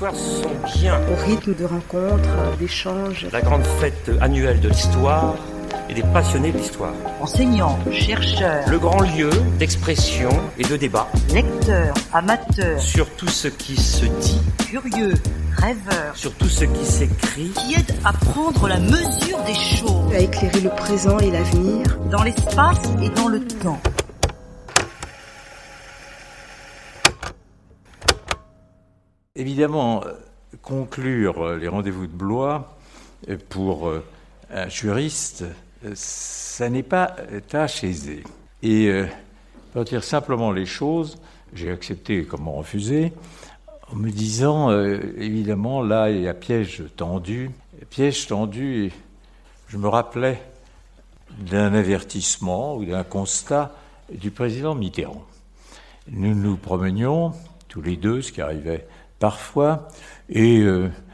histoires sont bien. Au rythme de rencontres, d'échanges. La grande fête annuelle de l'histoire et des passionnés de l'histoire. Enseignants, chercheurs. Le grand lieu d'expression et de débat. Lecteurs, amateurs. Sur tout ce qui se dit. Curieux, rêveurs. Sur tout ce qui s'écrit. Qui aident à prendre la mesure des choses. À éclairer le présent et l'avenir. Dans l'espace et dans le temps. Évidemment, conclure les rendez-vous de Blois pour un juriste, ça n'est pas tâche aisée. Et pour dire simplement les choses, j'ai accepté comment refuser, en me disant, évidemment, là, il y a piège tendu, et je me rappelais d'un avertissement ou d'un constat du président Mitterrand. Nous nous promenions tous les deux, ce qui arrivait parfois, et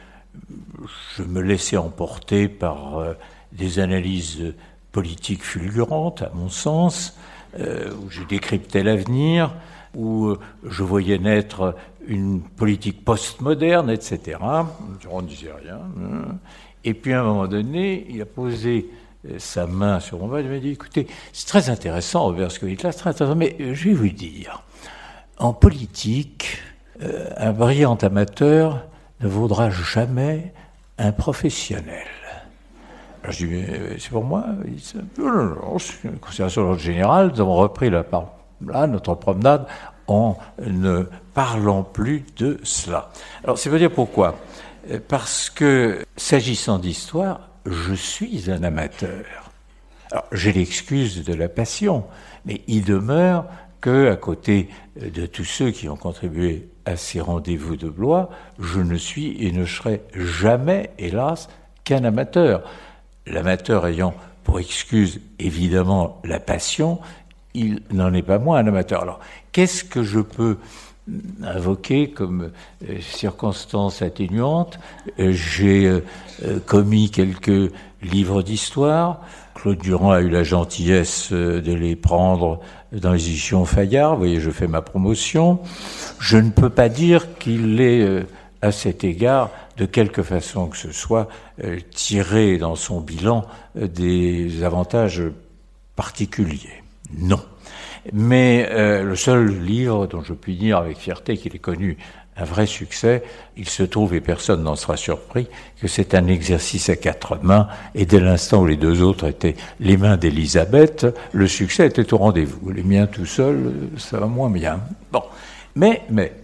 je me laissais emporter par des analyses politiques fulgurantes, à mon sens, où je décryptais l'avenir, où je voyais naître une politique postmoderne, etc. On ne disait rien. Et puis à un moment donné, il a posé sa main sur mon bras, il m'a dit, écoutez, c'est très intéressant, Robert, ce que vous dites là, c'est très intéressant, mais je vais vous dire, en politique, un brillant amateur ne vaudra jamais un professionnel. Alors je dis, mais c'est pour moi. Il dit, non, c'est une considération de l'ordre général. Nous avons repris notre promenade en ne parlant plus de cela. Alors, ça veut dire pourquoi ? Parce que, s'agissant d'histoire, je suis un amateur. Alors, j'ai l'excuse de la passion, mais il demeure que, à côté de tous ceux qui ont contribué à ces rendez-vous de Blois, je ne suis et ne serai jamais, hélas, qu'un amateur. L'amateur ayant pour excuse, évidemment, la passion, il n'en est pas moins un amateur. Alors, qu'est-ce que je peux invoquer comme circonstance atténuante ? J'ai commis quelques livres d'histoire. Claude Durand a eu la gentillesse de les prendre dans les éditions Fayard. Vous voyez, je fais ma promotion. Je ne peux pas dire qu'il est, à cet égard, de quelque façon que ce soit, tiré dans son bilan des avantages particuliers. Non. Mais le seul livre dont je puis dire avec fierté qu'il ait connu un vrai succès, il se trouve, et personne n'en sera surpris, que c'est un exercice à 4 mains, et dès l'instant où les 2 autres étaient les mains d'Élisabeth, le succès était au rendez-vous. Les miens tout seuls, ça va moins bien. Bon. Mais,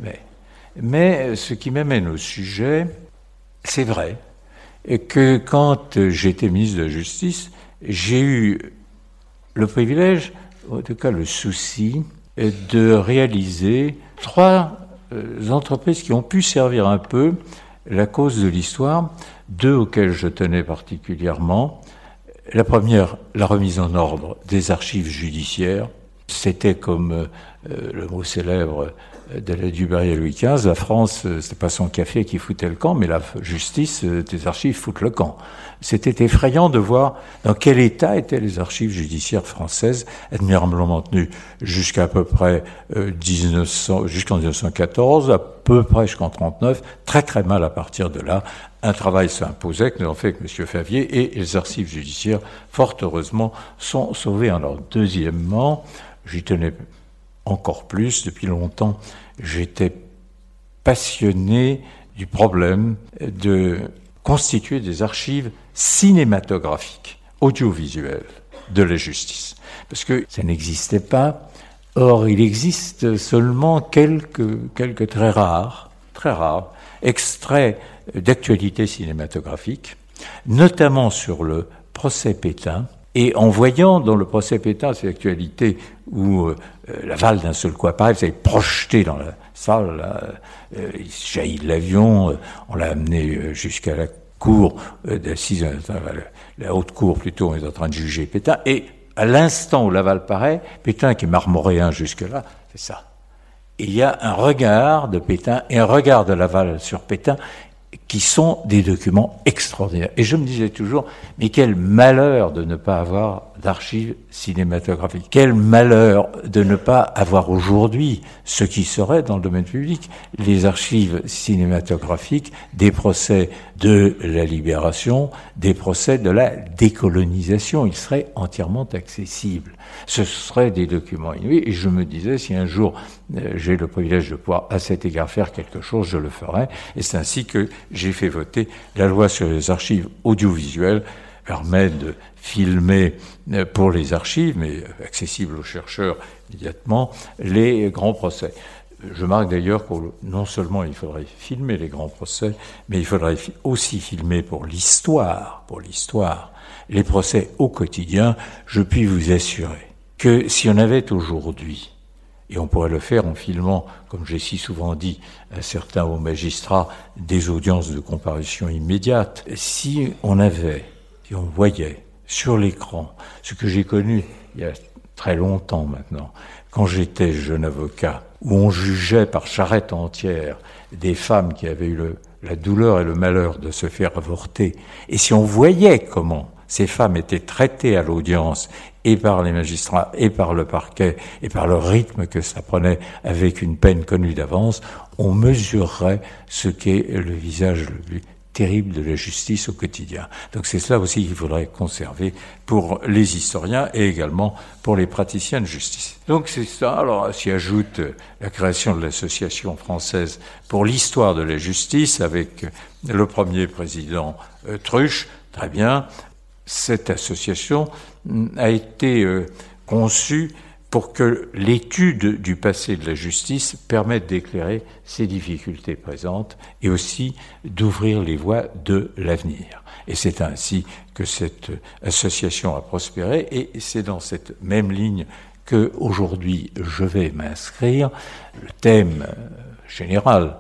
ce qui m'amène au sujet, c'est vrai que quand j'étais ministre de la Justice, j'ai eu le privilège, en tout cas le souci, de réaliser 3 entreprises qui ont pu servir un peu la cause de l'histoire, 2 auxquelles je tenais particulièrement. La première, la remise en ordre des archives judiciaires. C'était comme le mot célèbre de la Dubarry à Louis XV, la France, c'est pas son café qui foutait le camp, mais la justice des archives foutent le camp. C'était effrayant de voir dans quel état étaient les archives judiciaires françaises, admirablement tenues jusqu'à peu près jusqu'en 1914, à peu près jusqu'en 1939, très très mal à partir de là. Un travail s'imposait que nous avons fait avec M. Favier, et les archives judiciaires, fort heureusement, sont sauvées en ordre. Deuxièmement, j'y tenais encore plus, depuis longtemps, j'étais passionné du problème de constituer des archives cinématographiques, audiovisuelles de la justice. Parce que ça n'existait pas. Or, il existe seulement quelques très rares extraits d'actualité cinématographique, notamment sur le procès Pétain. Et en voyant dans le procès Pétain cette actualité où Laval d'un seul coup apparaît, vous avez projeté dans la salle, là, il jaillit de l'avion, on l'a amené jusqu'à la cour d'assises, la haute cour plutôt, on est en train de juger Pétain, et à l'instant où Laval paraît, Pétain qui est marmoréen jusque-là, c'est ça. Et il y a un regard de Pétain et un regard de Laval sur Pétain qui sont des documents extraordinaires. Et je me disais toujours, mais quel malheur de ne pas avoir d'archives cinématographiques. Quel malheur de ne pas avoir aujourd'hui ce qui serait dans le domaine public, les archives cinématographiques des procès de la Libération, des procès de la décolonisation. Ils seraient entièrement accessibles. Ce seraient des documents inouïs. Et je me disais, si un jour j'ai le privilège de pouvoir à cet égard faire quelque chose, je le ferai. Et c'est ainsi que j'ai fait voter la loi sur les archives audiovisuelles, permet de filmer pour les archives, mais accessible aux chercheurs immédiatement, les grands procès. Je marque d'ailleurs que non seulement il faudrait filmer les grands procès, mais il faudrait aussi filmer pour l'histoire, les procès au quotidien. Je puis vous assurer que si on avait aujourd'hui, et on pourrait le faire en filmant, comme j'ai si souvent dit à certains hauts magistrats, des audiences de comparution immédiate, si on voyait sur l'écran ce que j'ai connu il y a très longtemps maintenant, quand j'étais jeune avocat, où on jugeait par charrette entière des femmes qui avaient eu la douleur et le malheur de se faire avorter, et si on voyait comment ces femmes étaient traitées à l'audience et par les magistrats et par le parquet et par le rythme que ça prenait avec une peine connue d'avance, on mesurerait ce qu'est le visage le plus terrible de la justice au quotidien. Donc c'est cela aussi qu'il faudrait conserver pour les historiens et également pour les praticiens de justice. Donc c'est ça. Alors s'y ajoute la création de l'association française pour l'histoire de la justice avec le premier président Truche. Très bien. Cette association a été conçue pour que l'étude du passé de la justice permette d'éclairer ces difficultés présentes et aussi d'ouvrir les voies de l'avenir. Et c'est ainsi que cette association a prospéré, et c'est dans cette même ligne que aujourd'hui je vais m'inscrire. Le thème général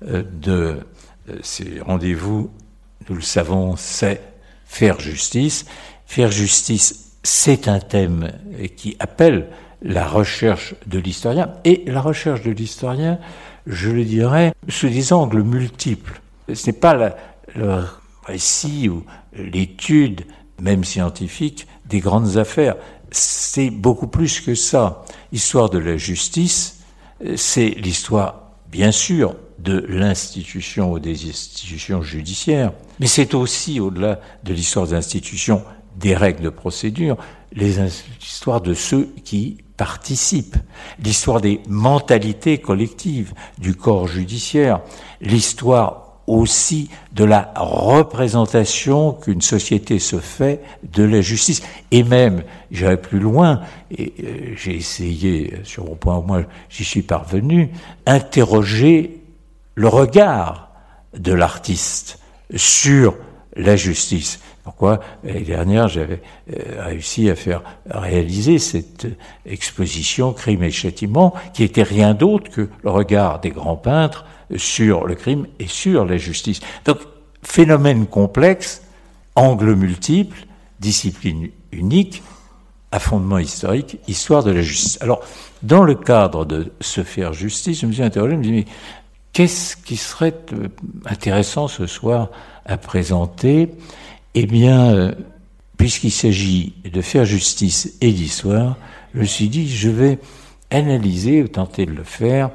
de ces rendez-vous, nous le savons, c'est faire justice. Faire justice, c'est un thème qui appelle la recherche de l'historien, et la recherche de l'historien, je le dirais, sous des angles multiples. Ce n'est pas le récit ou l'étude, même scientifique, des grandes affaires. C'est beaucoup plus que ça. L'histoire de la justice, c'est l'histoire, bien sûr, de l'institution ou des institutions judiciaires, mais c'est aussi, au-delà de l'histoire des institutions, des règles de procédure, l'histoire de ceux qui participent, l'histoire des mentalités collectives du corps judiciaire, l'histoire aussi de la représentation qu'une société se fait de la justice. Et même, j'irai plus loin, et j'ai essayé, sur mon point au moins j'y suis parvenu, interroger le regard de l'artiste sur la justice. Pourquoi l'année dernière, j'avais réussi à faire réaliser cette exposition Crime et Châtiment, qui était rien d'autre que le regard des grands peintres sur le crime et sur la justice. Donc, phénomène complexe, angle multiple, discipline unique, à fondement historique, histoire de la justice. Alors, dans le cadre de se faire justice, je me suis interrogé, je me dis, mais qu'est-ce qui serait intéressant ce soir à présenter ? Eh bien, puisqu'il s'agit de faire justice et d'histoire, je me suis dit, je vais analyser, ou tenter de le faire,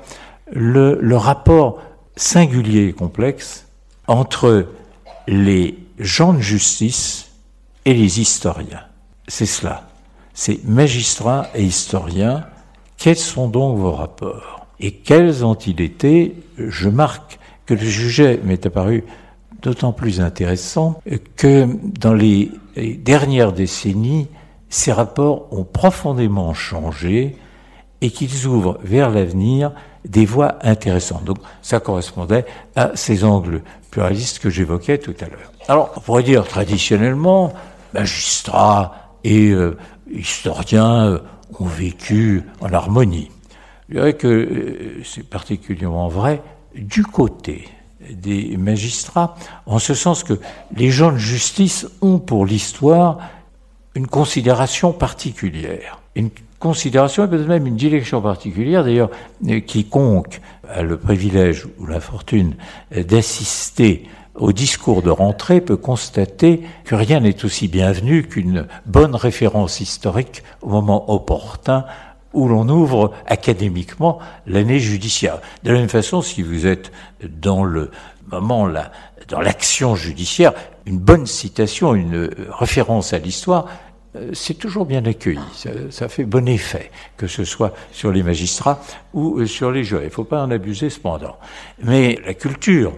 le rapport singulier et complexe entre les gens de justice et les historiens. C'est cela. C'est magistrats et historiens. Quels sont donc vos rapports ? Et quels ont-ils été ? Je marque que le sujet m'est apparu d'autant plus intéressant que dans les dernières décennies, ces rapports ont profondément changé et qu'ils ouvrent vers l'avenir des voies intéressantes. Donc ça correspondait à ces angles pluralistes que j'évoquais tout à l'heure. Alors, on pourrait dire traditionnellement, magistrats et historiens ont vécu en harmonie. Je dirais que c'est particulièrement vrai du côté des magistrats, en ce sens que les gens de justice ont pour l'histoire une considération particulière. Une considération et peut-être même une dilection particulière. D'ailleurs, quiconque a le privilège ou la fortune d'assister au discours de rentrée, peut constater que rien n'est aussi bienvenu qu'une bonne référence historique au moment opportun où l'on ouvre académiquement l'année judiciaire. De la même façon, si vous êtes dans le moment là, dans l'action judiciaire, une bonne citation, une référence à l'histoire, c'est toujours bien accueilli, ça fait bon effet, que ce soit sur les magistrats ou sur les jurés. Il ne faut pas en abuser cependant. Mais la culture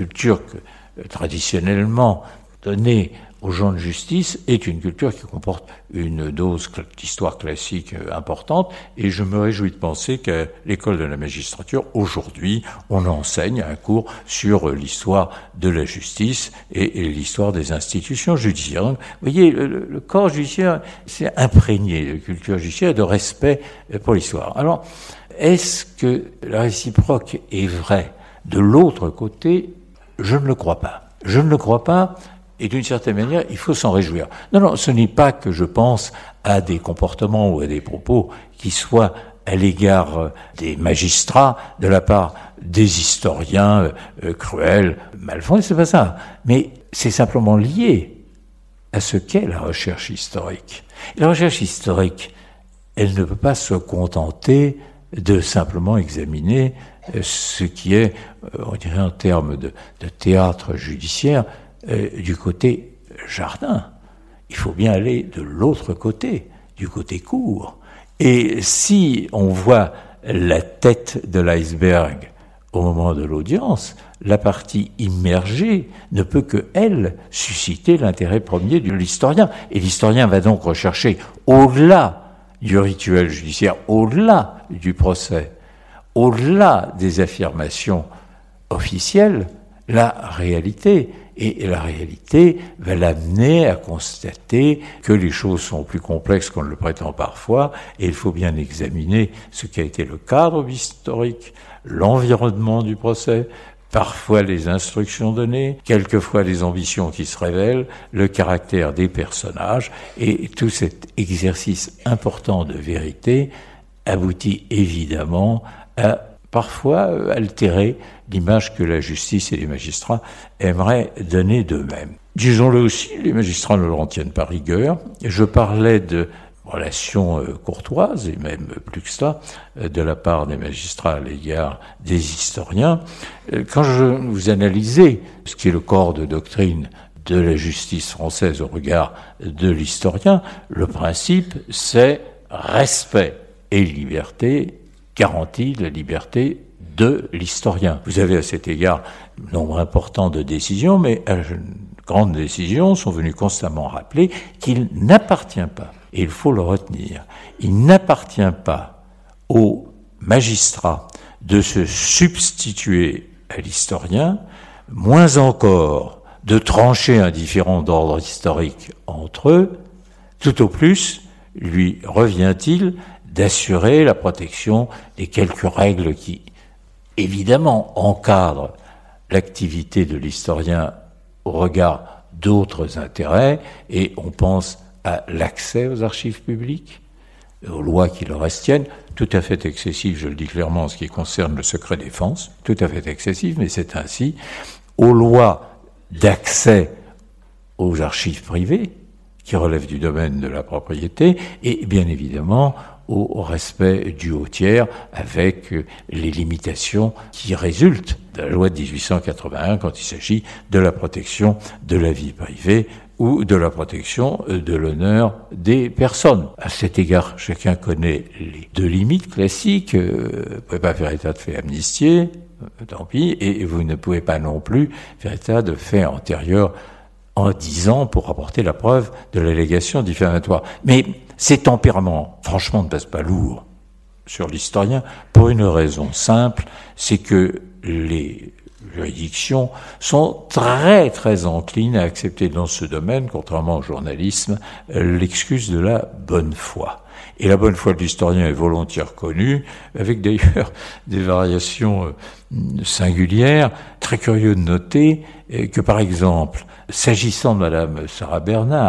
que traditionnellement donnée aux gens de justice est une culture qui comporte une dose d'histoire classique importante, et je me réjouis de penser qu'à l'école de la magistrature, aujourd'hui, on enseigne un cours sur l'histoire de la justice et l'histoire des institutions judiciaires. Donc, vous voyez, le corps judiciaire s'est imprégné de culture judiciaire et de respect pour l'histoire. Alors, est-ce que la réciproque est vraie de l'autre côté? Je ne le crois pas. Je ne le crois pas. Et d'une certaine manière, il faut s'en réjouir. Non, ce n'est pas que je pense à des comportements ou à des propos qui soient à l'égard des magistrats de la part des historiens cruels, malfondés, c'est pas ça. Mais c'est simplement lié à ce qu'est la recherche historique. Et la recherche historique, elle ne peut pas se contenter de simplement examiner ce qui est, on dirait en termes de théâtre judiciaire, du côté jardin. Il faut bien aller de l'autre côté, du côté cour. Et si on voit la tête de l'iceberg au moment de l'audience, la partie immergée ne peut que, elle, susciter l'intérêt premier de l'historien. Et l'historien va donc rechercher, au-delà du rituel judiciaire, au-delà du procès, au-delà des affirmations officielles, la réalité. Et la réalité va l'amener à constater que les choses sont plus complexes qu'on ne le prétend parfois, et il faut bien examiner ce qui a été le cadre historique, l'environnement du procès, parfois les instructions données, quelquefois les ambitions qui se révèlent, le caractère des personnages, et tout cet exercice important de vérité aboutit évidemment à parfois altérer l'image que la justice et les magistrats aimeraient donner d'eux-mêmes. Disons-le aussi, les magistrats ne leur tiennent pas rigueur. Je parlais de relations courtoises, et même plus que cela, de la part des magistrats à l'égard des historiens. Quand vous analysez ce qui est le corps de doctrine de la justice française au regard de l'historien, le principe, c'est respect et liberté, garantie de la liberté de l'historien. Vous avez à cet égard un nombre important de décisions, mais grandes décisions sont venues constamment rappeler qu'il n'appartient pas, et il faut le retenir, il n'appartient pas aux magistrats de se substituer à l'historien, moins encore de trancher un différend d'ordre historique entre eux, tout au plus lui revient-il d'assurer la protection des quelques règles qui, évidemment, encadrent l'activité de l'historien au regard d'autres intérêts, et on pense à l'accès aux archives publiques, aux lois qui leur restiennent, tout à fait excessif, je le dis clairement en ce qui concerne le secret défense, tout à fait excessif, mais c'est ainsi, aux lois d'accès aux archives privées, qui relèvent du domaine de la propriété, et bien évidemment au respect du haut tiers, avec les limitations qui résultent de la loi de 1881 quand il s'agit de la protection de la vie privée ou de la protection de l'honneur des personnes. À cet égard, chacun connaît les deux limites classiques. Vous ne pouvez pas faire état de fait amnistié, tant pis, et vous ne pouvez pas non plus faire état de fait antérieur en 10 ans pour apporter la preuve de l'allégation diffamatoire. Mais ces tempéraments, franchement, ne passent pas lourd sur l'historien pour une raison simple, c'est que les juridictions sont très très enclines à accepter dans ce domaine, contrairement au journalisme, l'excuse de la bonne foi. Et la bonne foi de l'historien est volontiers reconnue, avec d'ailleurs des variations singulières. Très curieux de noter que, par exemple, s'agissant de Madame Sarah Bernard,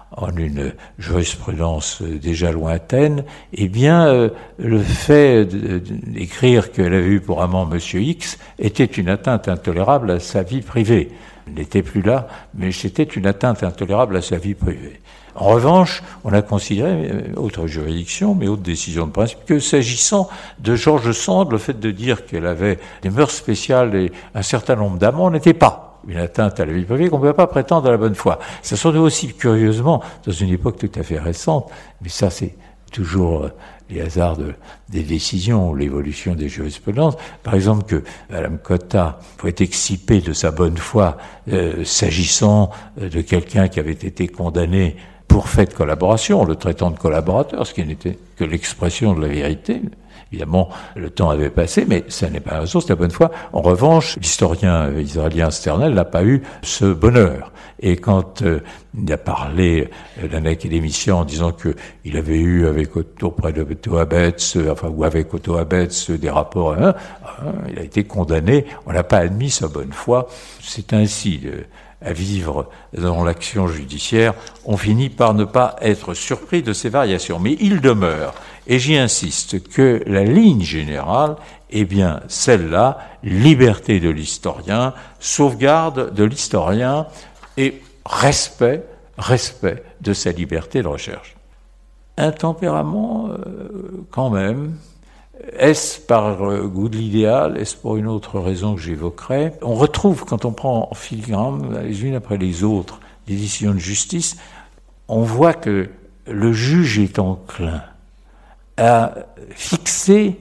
en une jurisprudence déjà lointaine, eh bien, le fait d'écrire qu'elle avait eu pour amant Monsieur X était une atteinte intolérable à sa vie privée. Elle n'était plus là, mais c'était une atteinte intolérable à sa vie privée. En revanche, on a considéré, autre juridiction, mais autre décision de principe, que s'agissant de George Sand, le fait de dire qu'elle avait des mœurs spéciales et un certain nombre d'amants n'était pas une atteinte à la vie privée, qu'on ne pouvait pas prétendre à la bonne foi. Ça se retrouve aussi, curieusement, dans une époque tout à fait récente, mais ça c'est toujours les hasards des décisions, l'évolution des jurisprudences. Par exemple, que Mme Cotta pouvait être excipée de sa bonne foi s'agissant de quelqu'un qui avait été condamné pour fait de collaboration, le traitant de collaborateur, ce qui n'était que l'expression de la vérité. Évidemment, le temps avait passé, mais ça n'est pas la raison, c'est la bonne foi. En revanche, l'historien israélien Sternel n'a pas eu ce bonheur. Et quand il a parlé d'un académicien en disant qu'il avait eu auprès de Otto Abetz, ou avec Otto Abetz, des rapports, il a été condamné, on n'a pas admis sa bonne foi. C'est ainsi, à vivre dans l'action judiciaire, on finit par ne pas être surpris de ces variations. Mais il demeure, et j'y insiste, que la ligne générale est bien celle-là, liberté de l'historien, sauvegarde de l'historien et respect de sa liberté de recherche. Un tempérament, quand même, est-ce par goût de l'idéal, est-ce pour une autre raison que j'évoquerai? On retrouve, quand on prend en filigrane, les unes après les autres, des décisions de justice, on voit que le juge est enclin à fixer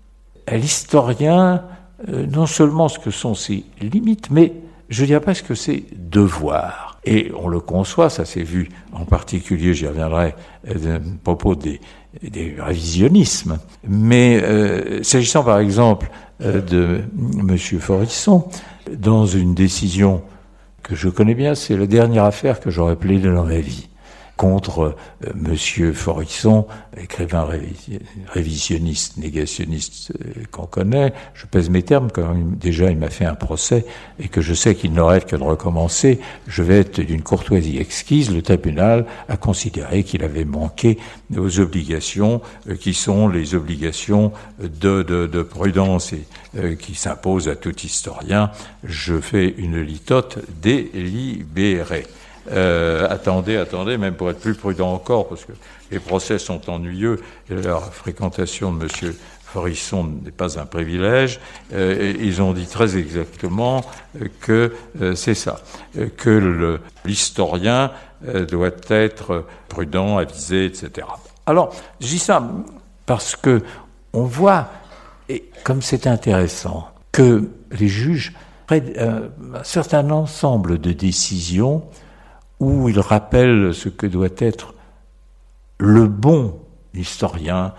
à l'historien non seulement ce que sont ses limites, mais je dirais presque ses devoirs. Et on le conçoit, ça s'est vu en particulier, j'y reviendrai, à propos des révisionnismes. Mais s'agissant par exemple de M. Forisson, dans une décision que je connais bien, c'est la dernière affaire que j'aurais plaidé dans ma vie, contre Monsieur Forisson, écrivain révisionniste, négationniste qu'on connaît. Je pèse mes termes, comme déjà il m'a fait un procès et que je sais qu'il ne rêve que de recommencer, je vais être d'une courtoisie exquise. Le tribunal a considéré qu'il avait manqué aux obligations qui sont les obligations de prudence et qui s'imposent à tout historien. Je fais une litote délibérée. Attendez, même pour être plus prudent encore, parce que les procès sont ennuyeux et la fréquentation de M. Forisson n'est pas un privilège. Ils ont dit très exactement que c'est ça, que l'historien doit être prudent, avisé, etc. Alors, je dis ça parce que on voit, et comme c'est intéressant, que les juges prennent un certain ensemble de décisions où il rappelle ce que doit être le bon historien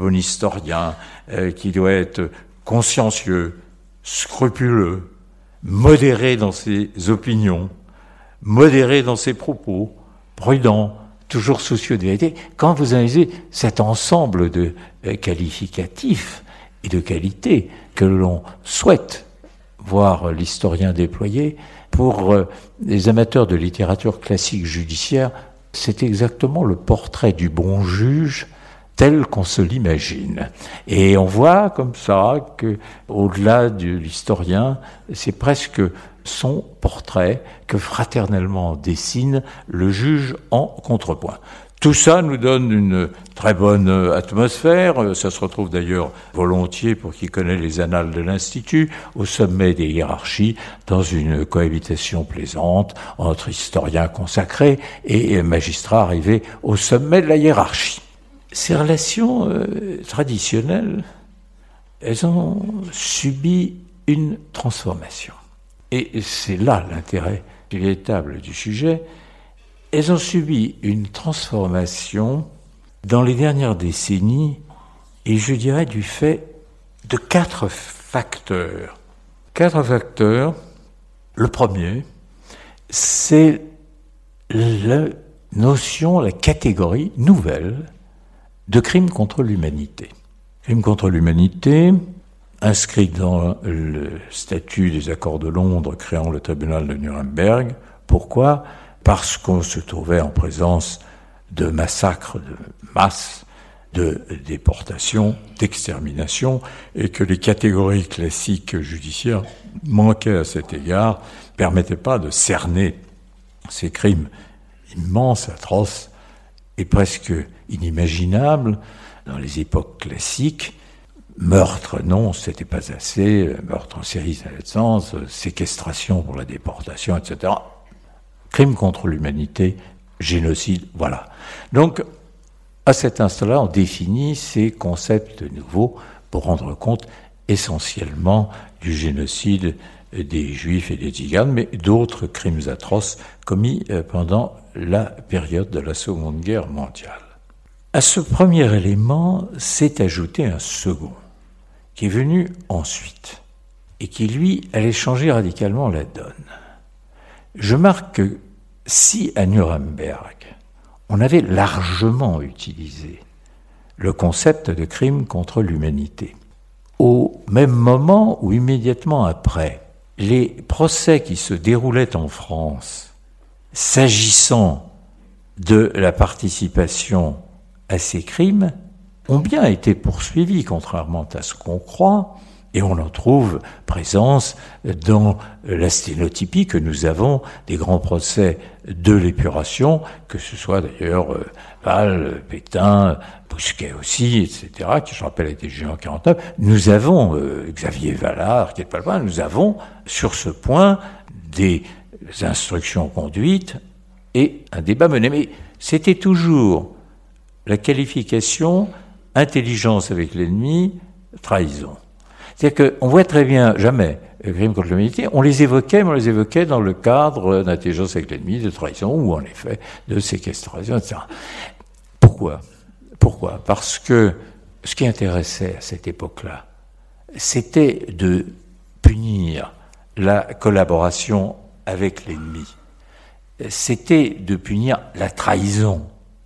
qui doit être consciencieux, scrupuleux, modéré dans ses opinions, modéré dans ses propos, prudent, toujours soucieux de vérité. Quand vous analysez cet ensemble de qualificatifs et de qualités que l'on souhaite voir l'historien déployer, pour les amateurs de littérature classique judiciaire, c'est exactement le portrait du bon juge tel qu'on se l'imagine. Et on voit comme ça que, au-delà de l'historien, c'est presque son portrait que fraternellement dessine le juge en contrepoint. Tout ça nous donne une très bonne atmosphère. Ça se retrouve d'ailleurs volontiers, pour qui connaît les annales de l'Institut, au sommet des hiérarchies, dans une cohabitation plaisante entre historiens consacrés et magistrats arrivés au sommet de la hiérarchie. Ces relations traditionnelles, elles ont subi une transformation. Et c'est là l'intérêt véritable du sujet. Elles ont subi une transformation dans les dernières décennies, et je dirais du fait de 4 facteurs. 4 facteurs. Le premier, c'est la notion, la catégorie nouvelle de crime contre l'humanité. Crime contre l'humanité, inscrit dans le statut des accords de Londres créant le tribunal de Nuremberg. Pourquoi ? parce qu'on se trouvait en présence de massacres de masse, de déportation, d'extermination, et que les catégories classiques judiciaires manquaient à cet égard, ne permettaient pas de cerner ces crimes immenses, atroces, et presque inimaginables dans les époques classiques. Meurtre, non, c'était pas assez, meurtre en série, ça a de sens, séquestration pour la déportation, etc. Crime contre l'humanité, génocide, voilà. Donc, à cet instant-là, on définit ces concepts nouveaux pour rendre compte essentiellement du génocide des Juifs et des Tziganes, mais d'autres crimes atroces commis pendant la période de la Seconde Guerre mondiale. À ce premier élément s'est ajouté un second, qui est venu ensuite, et qui, lui, allait changer radicalement la donne. Je marque que si à Nuremberg, on avait largement utilisé le concept de crime contre l'humanité, au même moment ou immédiatement après, les procès qui se déroulaient en France, s'agissant de la participation à ces crimes, ont bien été poursuivis, contrairement à ce qu'on croit, et on en trouve présence dans la sténotypie que nous avons des grands procès de l'épuration, que ce soit d'ailleurs Val, Pétain, Bousquet aussi, etc., qui, je rappelle, a été jugé en 1949. Nous avons, Xavier Valard, Arquette Palpin, nous avons sur ce point des instructions conduites et un débat mené. Mais c'était toujours la qualification intelligence avec l'ennemi, trahison. C'est-à-dire qu'on voit très bien, jamais, crimes contre l'humanité, on les évoquait, mais on les évoquait dans le cadre d'intelligence avec l'ennemi, de trahison, ou en effet, de séquestration, etc. Pourquoi ? Parce que ce qui intéressait à cette époque-là, c'était de punir la collaboration avec l'ennemi. C'était de punir la trahison.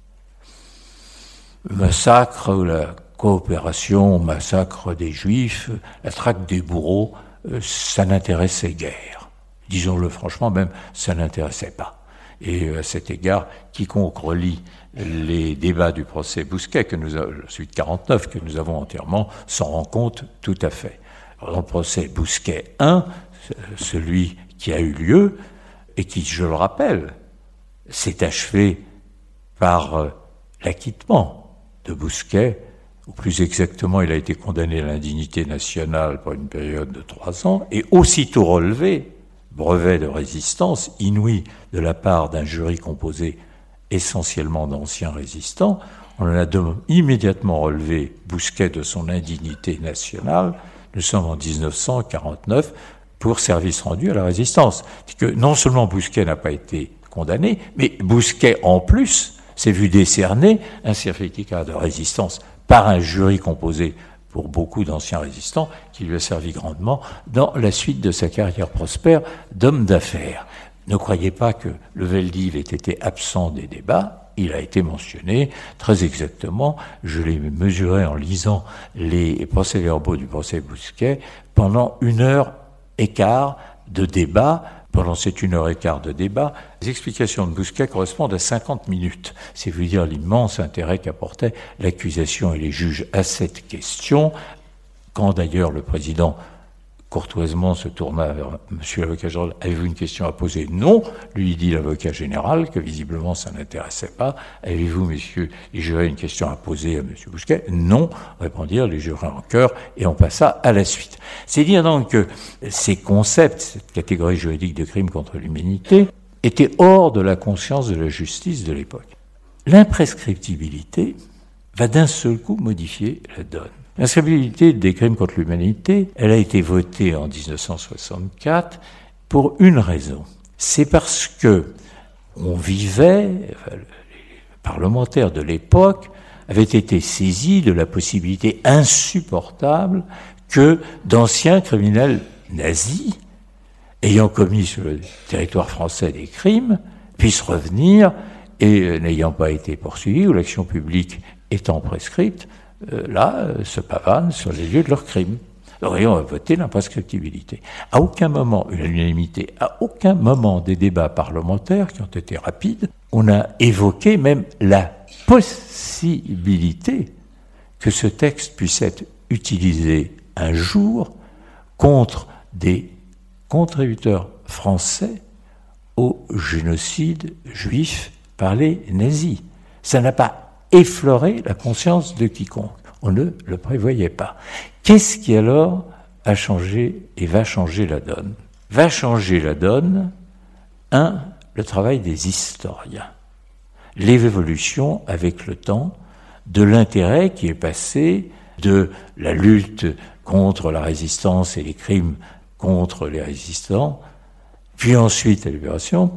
Le massacre ou la coopération, massacre des Juifs, la traque des bourreaux, ça n'intéressait guère. Disons-le franchement, même, ça n'intéressait pas. Et à cet égard, quiconque relit les débats du procès Bousquet, celui de 49, que nous avons entièrement, s'en rend compte tout à fait. Dans le procès Bousquet 1, celui qui a eu lieu, et qui, je le rappelle, s'est achevé par l'acquittement de Bousquet, ou plus exactement, il a été condamné à l'indignité nationale pour une période de 3 ans, et aussitôt relevé, brevet de résistance inouï de la part d'un jury composé essentiellement d'anciens résistants, on en a immédiatement relevé Bousquet de son indignité nationale. Nous sommes en 1949 pour service rendu à la résistance. C'est que non seulement Bousquet n'a pas été condamné, mais Bousquet en plus s'est vu décerner un certificat de résistance par un jury composé pour beaucoup d'anciens résistants, qui lui a servi grandement dans la suite de sa carrière prospère d'homme d'affaires. Ne croyez pas que le Veldiv ait été absent des débats, il a été mentionné très exactement, je l'ai mesuré en lisant les procès-verbaux du procès Bousquet, pendant 1h15 de débat. Pendant cette 1h15 de débat, les explications de Bousquet correspondent à 50 minutes. C'est vous dire l'immense intérêt qu'apportait l'accusation et les juges à cette question. Quand d'ailleurs le président courtoisement se tourna vers monsieur l'avocat général, avez-vous une question à poser ? Non, lui dit l'avocat général, que visiblement ça n'intéressait pas. Avez-vous, messieurs les jurés, une question à poser à monsieur Bousquet ? Non, répondirent les jurés en chœur, et on passa à la suite. C'est dire donc que ces concepts, cette catégorie juridique de crime contre l'humanité, étaient hors de la conscience de la justice de l'époque. L'imprescriptibilité va d'un seul coup modifier la donne. L'inscriptibilité des crimes contre l'humanité, elle a été votée en 1964 pour une raison. C'est parce que on vivait, les parlementaires de l'époque avaient été saisis de la possibilité insupportable que d'anciens criminels nazis, ayant commis sur le territoire français des crimes, puissent revenir et n'ayant pas été poursuivis ou l'action publique étant prescrite, se pavanent sur les lieux de leurs crimes. Et on a voté l'imprescriptibilité. À aucun moment, une unanimité, à aucun moment des débats parlementaires qui ont été rapides, on a évoqué même la possibilité que ce texte puisse être utilisé un jour contre des contributeurs français au génocide juif par les nazis. Ça n'a pas effleuré la conscience de quiconque. On ne le prévoyait pas. Qu'est-ce qui alors a changé et va changer la donne ? Va changer la donne, le travail des historiens. L'évolution avec le temps de l'intérêt qui est passé de la lutte contre la résistance et les crimes contre les résistants, puis ensuite à la Libération,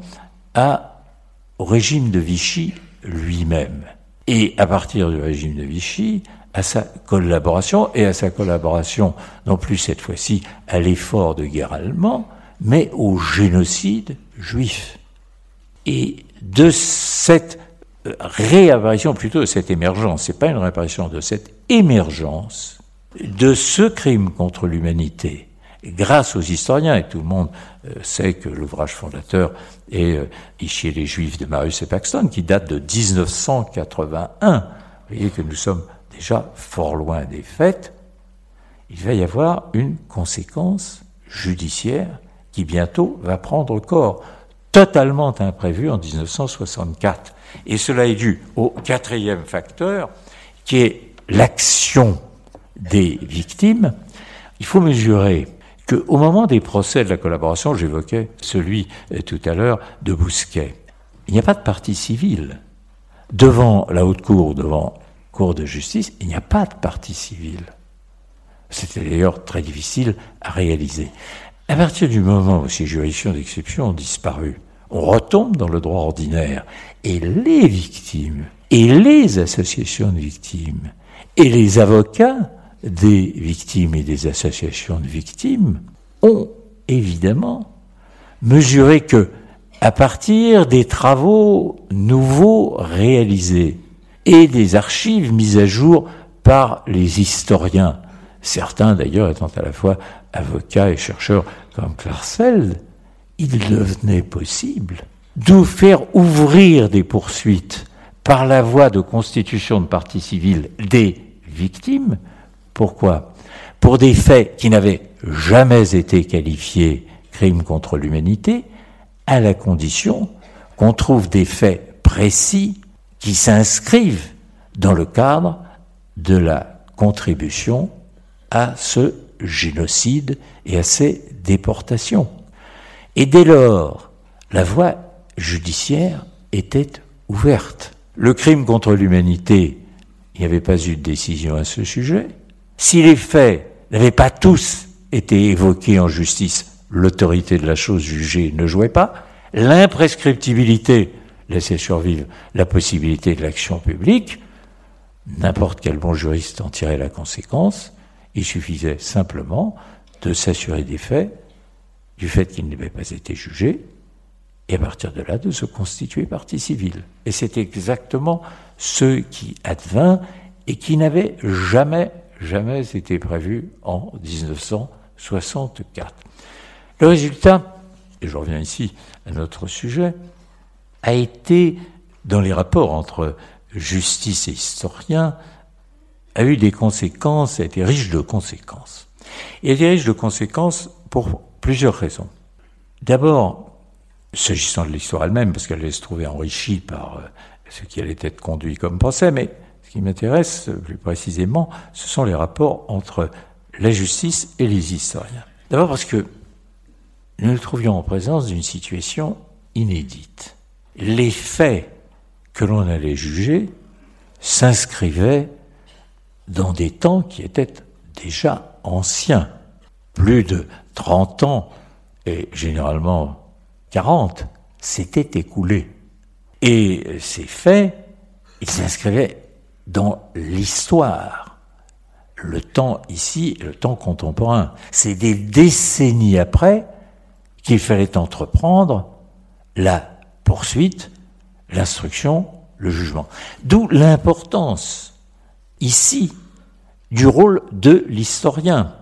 au régime de Vichy lui-même. Et à partir du régime de Vichy, à sa collaboration, et à sa collaboration non plus cette fois-ci à l'effort de guerre allemand, mais au génocide juif. Et de cette réapparition, plutôt de cette émergence, c'est pas une réapparition, de cette émergence de ce crime contre l'humanité, grâce aux historiens, et tout le monde sait que l'ouvrage fondateur est Ici les Juifs de Marius et Paxton, qui date de 1981. Vous voyez que nous sommes déjà fort loin des faits. Il va y avoir une conséquence judiciaire qui bientôt va prendre corps, totalement imprévue en 1964. Et cela est dû au quatrième facteur, qui est l'action des victimes. Il faut mesurer qu'au moment des procès de la collaboration, j'évoquais celui tout à l'heure de Bousquet, il n'y a pas de partie civile. Devant la haute cour, devant la cour de justice, il n'y a pas de partie civile. C'était d'ailleurs très difficile à réaliser. À partir du moment où ces juridictions d'exception ont disparu, on retombe dans le droit ordinaire. Et les victimes, et les associations de victimes, et les avocats des victimes et des associations de victimes ont évidemment mesuré que, à partir des travaux nouveaux réalisés et des archives mises à jour par les historiens, certains d'ailleurs étant à la fois avocats et chercheurs comme Klarsfeld, il devenait possible de faire ouvrir des poursuites par la voie de constitution de partie civile des victimes. Pourquoi ? Pour des faits qui n'avaient jamais été qualifiés crimes contre l'humanité, à la condition qu'on trouve des faits précis qui s'inscrivent dans le cadre de la contribution à ce génocide et à ces déportations. Et dès lors, la voie judiciaire était ouverte. Le crime contre l'humanité, il n'y avait pas eu de décision à ce sujet. Si les faits n'avaient pas tous été évoqués en justice, l'autorité de la chose jugée ne jouait pas. L'imprescriptibilité laissait survivre la possibilité de l'action publique. N'importe quel bon juriste en tirait la conséquence. Il suffisait simplement de s'assurer des faits, du fait qu'ils n'avaient pas été jugés, et à partir de là, de se constituer partie civile. Et c'est exactement ce qui advint et qui n'avait jamais été prévu en 1964. Le résultat, et je reviens ici à notre sujet, a été, dans les rapports entre justice et historiens, a eu des conséquences, a été riche de conséquences. Il a été riche de conséquences pour plusieurs raisons. D'abord, s'agissant de l'histoire elle-même, parce qu'elle allait se trouver enrichie par ce qui allait être conduit comme procès, mais ce qui m'intéresse plus précisément, ce sont les rapports entre la justice et les historiens. D'abord parce que nous nous trouvions en présence d'une situation inédite. Les faits que l'on allait juger s'inscrivaient dans des temps qui étaient déjà anciens. Plus de 30 ans, et généralement 40, s'étaient écoulés. Et ces faits, ils s'inscrivaient dans l'histoire. Le temps ici, le temps contemporain. C'est des décennies après qu'il fallait entreprendre la poursuite, l'instruction, le jugement. D'où l'importance, ici, du rôle de l'historien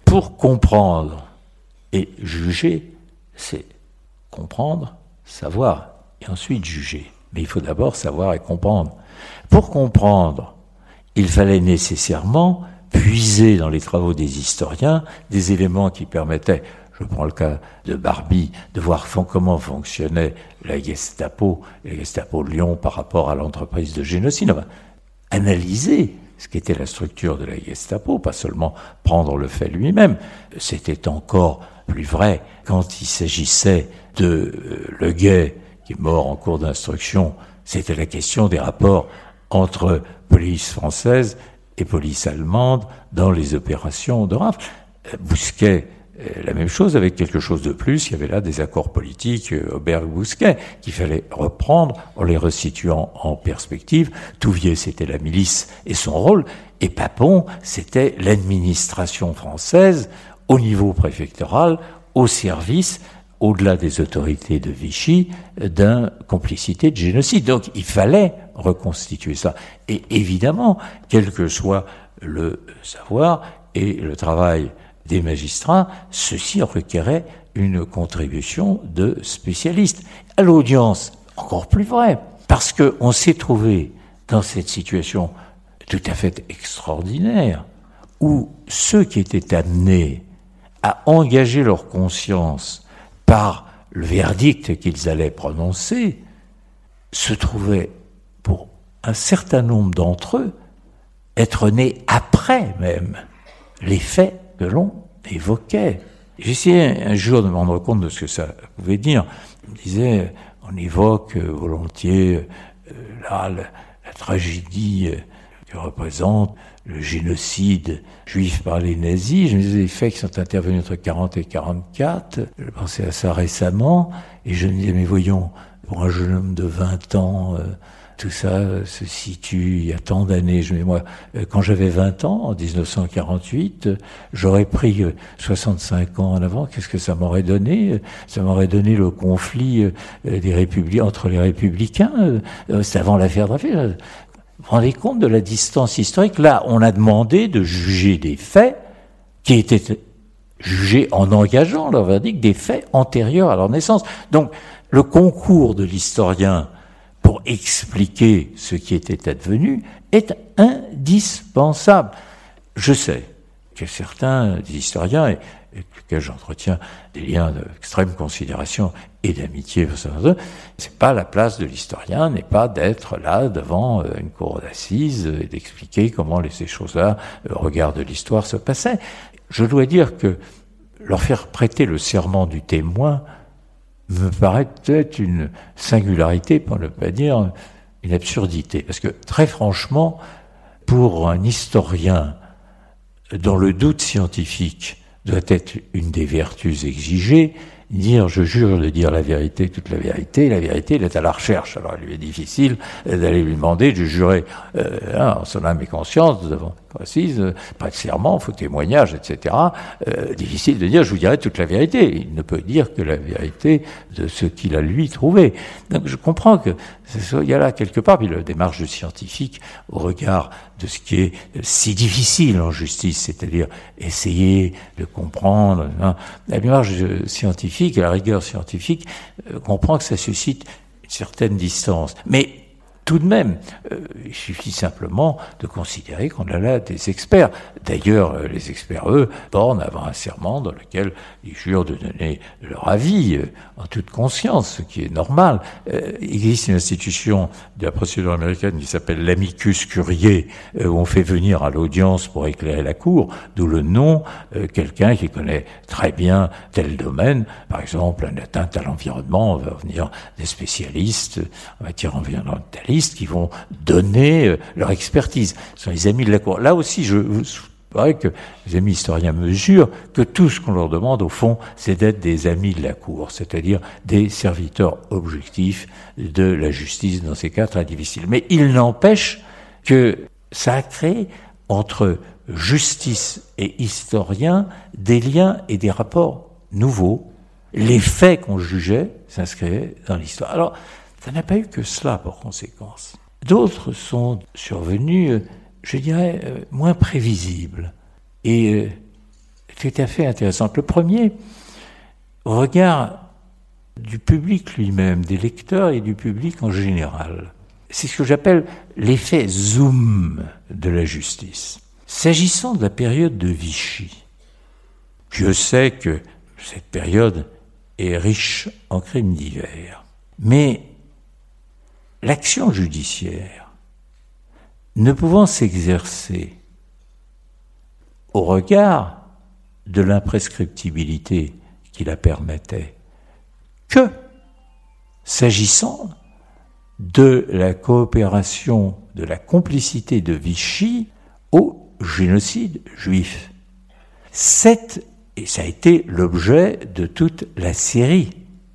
pour comprendre et juger, c'est comprendre, savoir, et ensuite juger. Mais il faut d'abord savoir et comprendre. Pour comprendre, il fallait nécessairement puiser dans les travaux des historiens des éléments qui permettaient, je prends le cas de Barbie, de voir comment fonctionnait la Gestapo de Lyon par rapport à l'entreprise de génocide. Enfin, analyser ce qu'était la structure de la Gestapo, pas seulement prendre le fait lui-même. C'était encore plus vrai quand il s'agissait de Le Gay, qui est mort en cours d'instruction. C'était la question des rapports entre police française et police allemande dans les opérations de rafle. Bousquet, la même chose avec quelque chose de plus. Il y avait là des accords politiques Auberg-Bousquet qu'il fallait reprendre en les resituant en perspective. Touvier, c'était la milice et son rôle. Et Papon, c'était l'administration française au niveau préfectoral, au service, au-delà des autorités de Vichy, d'une complicité de génocide. Donc il fallait reconstituer ça. Et évidemment, quel que soit le savoir et le travail des magistrats, ceci requérait une contribution de spécialistes. À l'audience, encore plus vrai, parce qu'on s'est trouvé dans cette situation tout à fait extraordinaire, où ceux qui étaient amenés à engager leur conscience par le verdict qu'ils allaient prononcer, se trouvaient, pour un certain nombre d'entre eux, être nés après même les faits que l'on évoquait. J'essayais un jour de me rendre compte de ce que ça pouvait dire. Je me disais, on évoque volontiers la tragédie que représente le génocide juif par les nazis. Je me disais, les faits qui sont intervenus entre 40 et 44, je pensais à ça récemment, et je me disais, mais voyons, pour un jeune homme de 20 ans, tout ça se situe il y a tant d'années. Je me dis, moi, quand j'avais 20 ans, en 1948, j'aurais pris 65 ans en avant, qu'est-ce que ça m'aurait donné ? Ça m'aurait donné le conflit entre les républicains, c'est avant l'affaire Dreyfus. Vous vous rendez compte de la distance historique ? Là, on a demandé de juger des faits qui étaient jugés en engageant leur verdict des faits antérieurs à leur naissance. Donc, le concours de l'historien pour expliquer ce qui était advenu est indispensable. Je sais que certains historiens, avec lesquels j'entretiens des liens d'extrême considération et d'amitié, c'est pas la place de l'historien, n'est pas d'être là devant une cour d'assises et d'expliquer comment ces choses-là, au regard de l'histoire, se passaient. Je dois dire que leur faire prêter le serment du témoin me paraît peut-être une singularité, pour ne pas dire une absurdité. Parce que, très franchement, pour un historien dont le doute scientifique doit être une des vertus exigées, dire « je jure de dire la vérité, toute la vérité », elle est à la recherche. Alors il lui est difficile d'aller lui demander de jurer en son âme et conscience, devant précise, pas de serment, faux témoignage, etc. Difficile de dire « je vous dirai toute la vérité ». Il ne peut dire que la vérité de ce qu'il a lui trouvé. Donc je comprends que il y a là quelque part, puis la démarche scientifique au regard de ce qui est si difficile en justice, c'est-à-dire essayer de comprendre. La démarche scientifique et la rigueur scientifique comprend que ça suscite une certaine distance. Mais tout de même, il suffit simplement de considérer qu'on a là des experts. D'ailleurs, les experts, eux, bornent avant un serment dans lequel ils jurent de donner leur avis en toute conscience, ce qui est normal. Il existe une institution de la procédure américaine qui s'appelle l'amicus curiae, où on fait venir à l'audience pour éclairer la cour, d'où le nom, quelqu'un qui connaît très bien tel domaine. Par exemple, une atteinte à l'environnement, on va venir des spécialistes en matière environnementaliste qui vont donner leur expertise. Ce sont les amis de la cour. Là aussi, je paraît que les amis historiens mesurent que tout ce qu'on leur demande, au fond, c'est d'être des amis de la cour, c'est-à-dire des serviteurs objectifs de la justice dans ces cas très difficiles. Mais il n'empêche que ça a créé entre justice et historien des liens et des rapports nouveaux. Les faits qu'on jugeait s'inscrivaient dans l'histoire. Alors, ça n'a pas eu que cela pour conséquence. D'autres sont survenus, je dirais, moins prévisibles et tout à fait intéressantes. Le premier, au regard du public lui-même, des lecteurs et du public en général. C'est ce que j'appelle l'effet zoom de la justice. S'agissant de la période de Vichy, je sais que cette période est riche en crimes divers, mais l'action judiciaire, ne pouvant s'exercer au regard de l'imprescriptibilité qui la permettait, que s'agissant de la coopération, de la complicité de Vichy au génocide juif. Et ça a été l'objet de toute la série,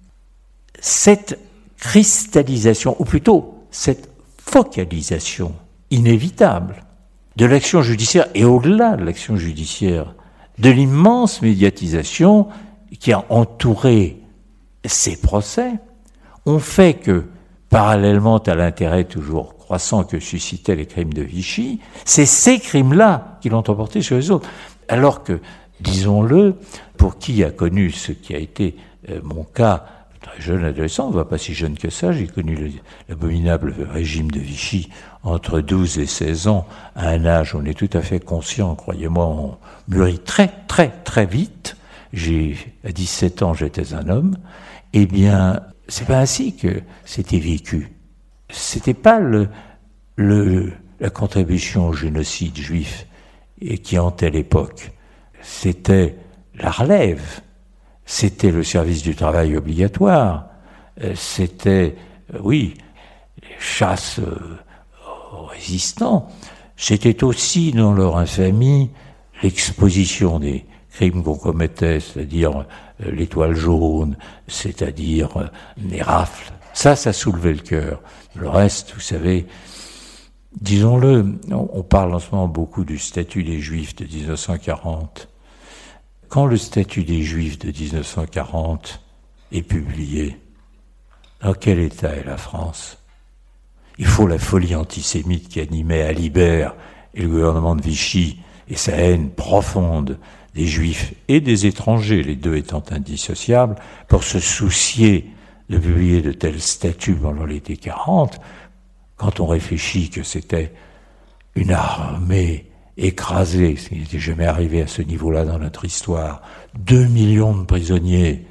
cette cristallisation, ou plutôt cette focalisation inévitable de l'action judiciaire, et au-delà de l'action judiciaire, de l'immense médiatisation qui a entouré ces procès, ont fait que, parallèlement à l'intérêt toujours croissant que suscitaient les crimes de Vichy, c'est ces crimes-là qui l'ont emporté sur les autres. Alors que, disons-le, pour qui a connu ce qui a été mon cas, très jeune adolescent, pas si jeune que ça, j'ai connu l'abominable régime de Vichy entre 12 et 16 ans, à un âge où on est tout à fait conscient, croyez-moi, on mûrit très, très, très vite. À 17 ans, j'étais un homme. Eh bien, c'est pas ainsi que c'était vécu. C'était pas la contribution au génocide juif et qui hantait l'époque. C'était la relève. C'était le service du travail obligatoire. C'était, oui, les chasses aux résistants. C'était aussi, dans leur infamie, l'exposition des crimes qu'on commettait, c'est-à-dire l'étoile jaune, c'est-à-dire les rafles. Ça soulevait le cœur. Le reste, vous savez, disons-le, on parle en ce moment beaucoup du statut des Juifs de 1940. Quand le statut des Juifs de 1940 est publié, dans quel état est la France ? Il faut la folie antisémite qui animait Alibert et le gouvernement de Vichy et sa haine profonde des Juifs et des étrangers, les deux étant indissociables, pour se soucier de publier de tels statuts pendant l'été 40, quand on réfléchit que c'était une armée écrasée, ce qui n'était jamais arrivé à ce niveau-là dans notre histoire, 2 millions de prisonniers,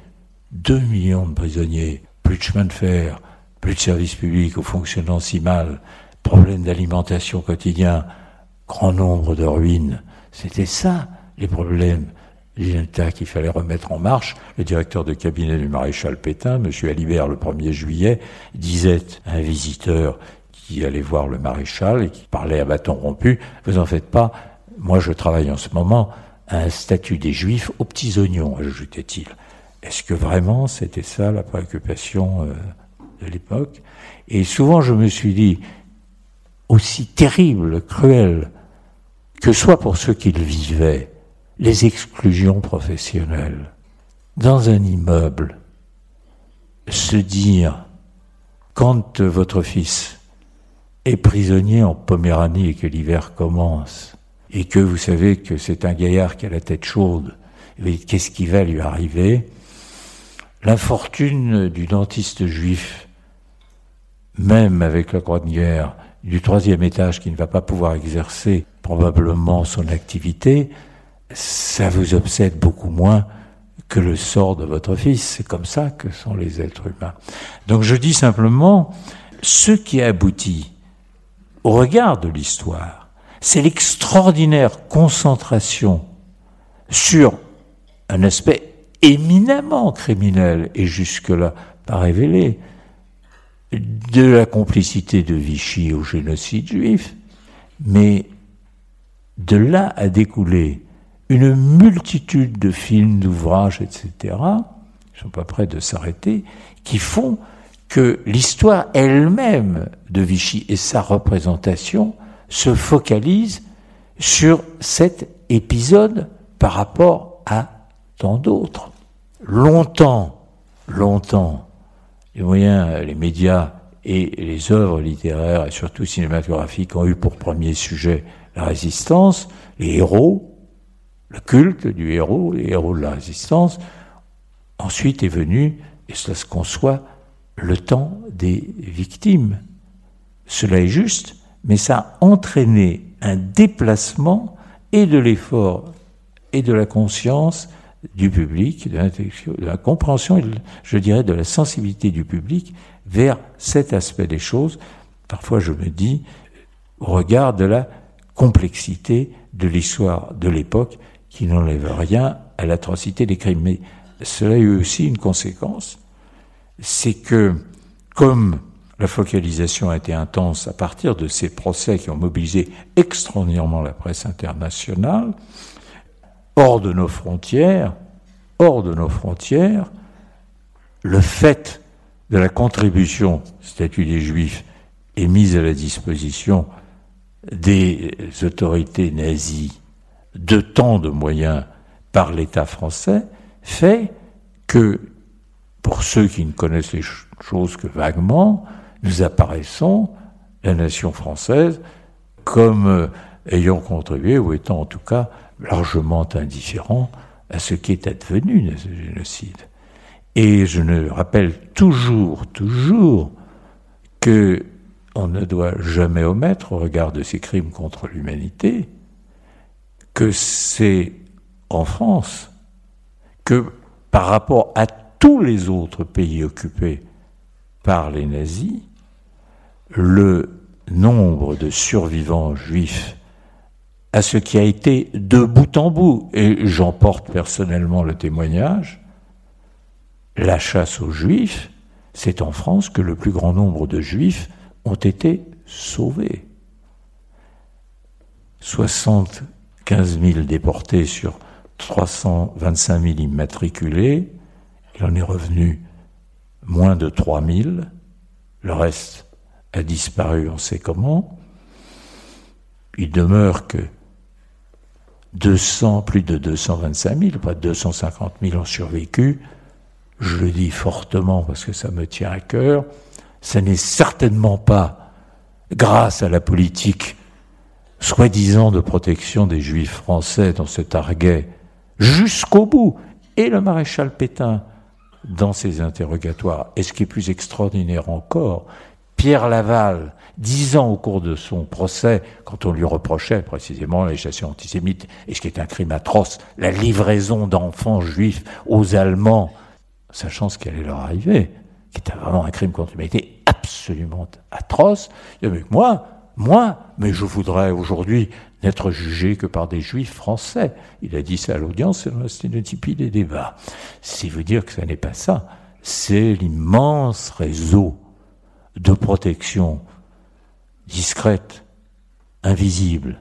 plus de chemin de fer, plus de services publics fonctionnant si mal, problème d'alimentation quotidien, grand nombre de ruines. C'était ça, les problèmes de l'État qu'il fallait remettre en marche. Le directeur de cabinet du maréchal Pétain, M. Alibert, le 1er juillet, disait à un visiteur qui allait voir le maréchal et qui parlait à bâton rompu, « Vous en faites pas, moi je travaille en ce moment à un statut des Juifs aux petits oignons », ajoutait-il. Est-ce que vraiment c'était ça la préoccupation de l'époque ? Et souvent je me suis dit, aussi terrible, cruel, que soit pour ceux qui le vivaient, les exclusions professionnelles. Dans un immeuble, se dire, quand votre fils est prisonnier en Poméranie et que l'hiver commence, et que vous savez que c'est un gaillard qui a la tête chaude, qu'est-ce qui va lui arriver ? L'infortune du dentiste juif, même avec la croix de guerre, du 3e étage qui ne va pas pouvoir exercer probablement son activité, ça vous obsède beaucoup moins que le sort de votre fils. C'est comme ça que sont les êtres humains. Donc je dis simplement, ce qui aboutit au regard de l'histoire, c'est l'extraordinaire concentration sur un aspect éminemment criminel et jusque-là pas révélé de la complicité de Vichy au génocide juif, mais de là a découlé une multitude de films, d'ouvrages, etc., ils ne sont pas prêts de s'arrêter, qui font que l'histoire elle-même de Vichy et sa représentation se focalise sur cet épisode par rapport à tant d'autres. Longtemps, les moyens, les médias et les œuvres littéraires et surtout cinématographiques ont eu pour premier sujet la résistance, les héros, le culte du héros, les héros de la résistance. Ensuite est venu, et cela se conçoit, le temps des victimes. Cela est juste, mais ça a entraîné un déplacement et de l'effort et de la conscience du public, de la compréhension et, je dirais, de la sensibilité du public vers cet aspect des choses. Parfois, je me dis, au regard de la complexité de l'histoire de l'époque, qui n'enlève rien à l'atrocité des crimes. Mais cela a eu aussi une conséquence, c'est que, comme la focalisation a été intense à partir de ces procès qui ont mobilisé extraordinairement la presse internationale, hors de nos frontières, le fait de la contribution statut des Juifs est mise à la disposition des autorités nazies de tant de moyens par l'État français, fait que, pour ceux qui ne connaissent les choses que vaguement, nous apparaissons, la nation française, comme ayant contribué, ou étant en tout cas largement indifférent à ce qui est advenu de ce génocide. Et je ne rappelle toujours que on ne doit jamais omettre, au regard de ces crimes contre l'humanité, que c'est en France que, par rapport à tous les autres pays occupés par les nazis, le nombre de survivants juifs à ce qui a été de bout en bout, et j'en porte personnellement le témoignage, la chasse aux juifs, c'est en France que le plus grand nombre de juifs ont été sauvés. 75 000 déportés sur 325 000 immatriculés, il en est revenu moins de 3 000, le reste a disparu, on sait comment. Il demeure que plus de 225 000, pas 250 000 ont survécu. Je le dis fortement parce que ça me tient à cœur. Ça n'est certainement pas grâce à la politique soi-disant de protection des Juifs français dont se targuait jusqu'au bout, et le maréchal Pétain dans ses interrogatoires. Et ce qui est plus extraordinaire encore, Pierre Laval, 10 ans au cours de son procès, quand on lui reprochait précisément la législation antisémite, et ce qui est un crime atroce, la livraison d'enfants juifs aux Allemands, sachant ce qui allait leur arriver, qui était vraiment un crime contre l'humanité absolument atroce, il dit, mais je voudrais aujourd'hui n'être jugé que par des juifs français. Il a dit ça à l'audience, c'est dans la sténotypie des débats. C'est vous dire que ça n'est pas ça. C'est l'immense réseau de protection discrète, invisible,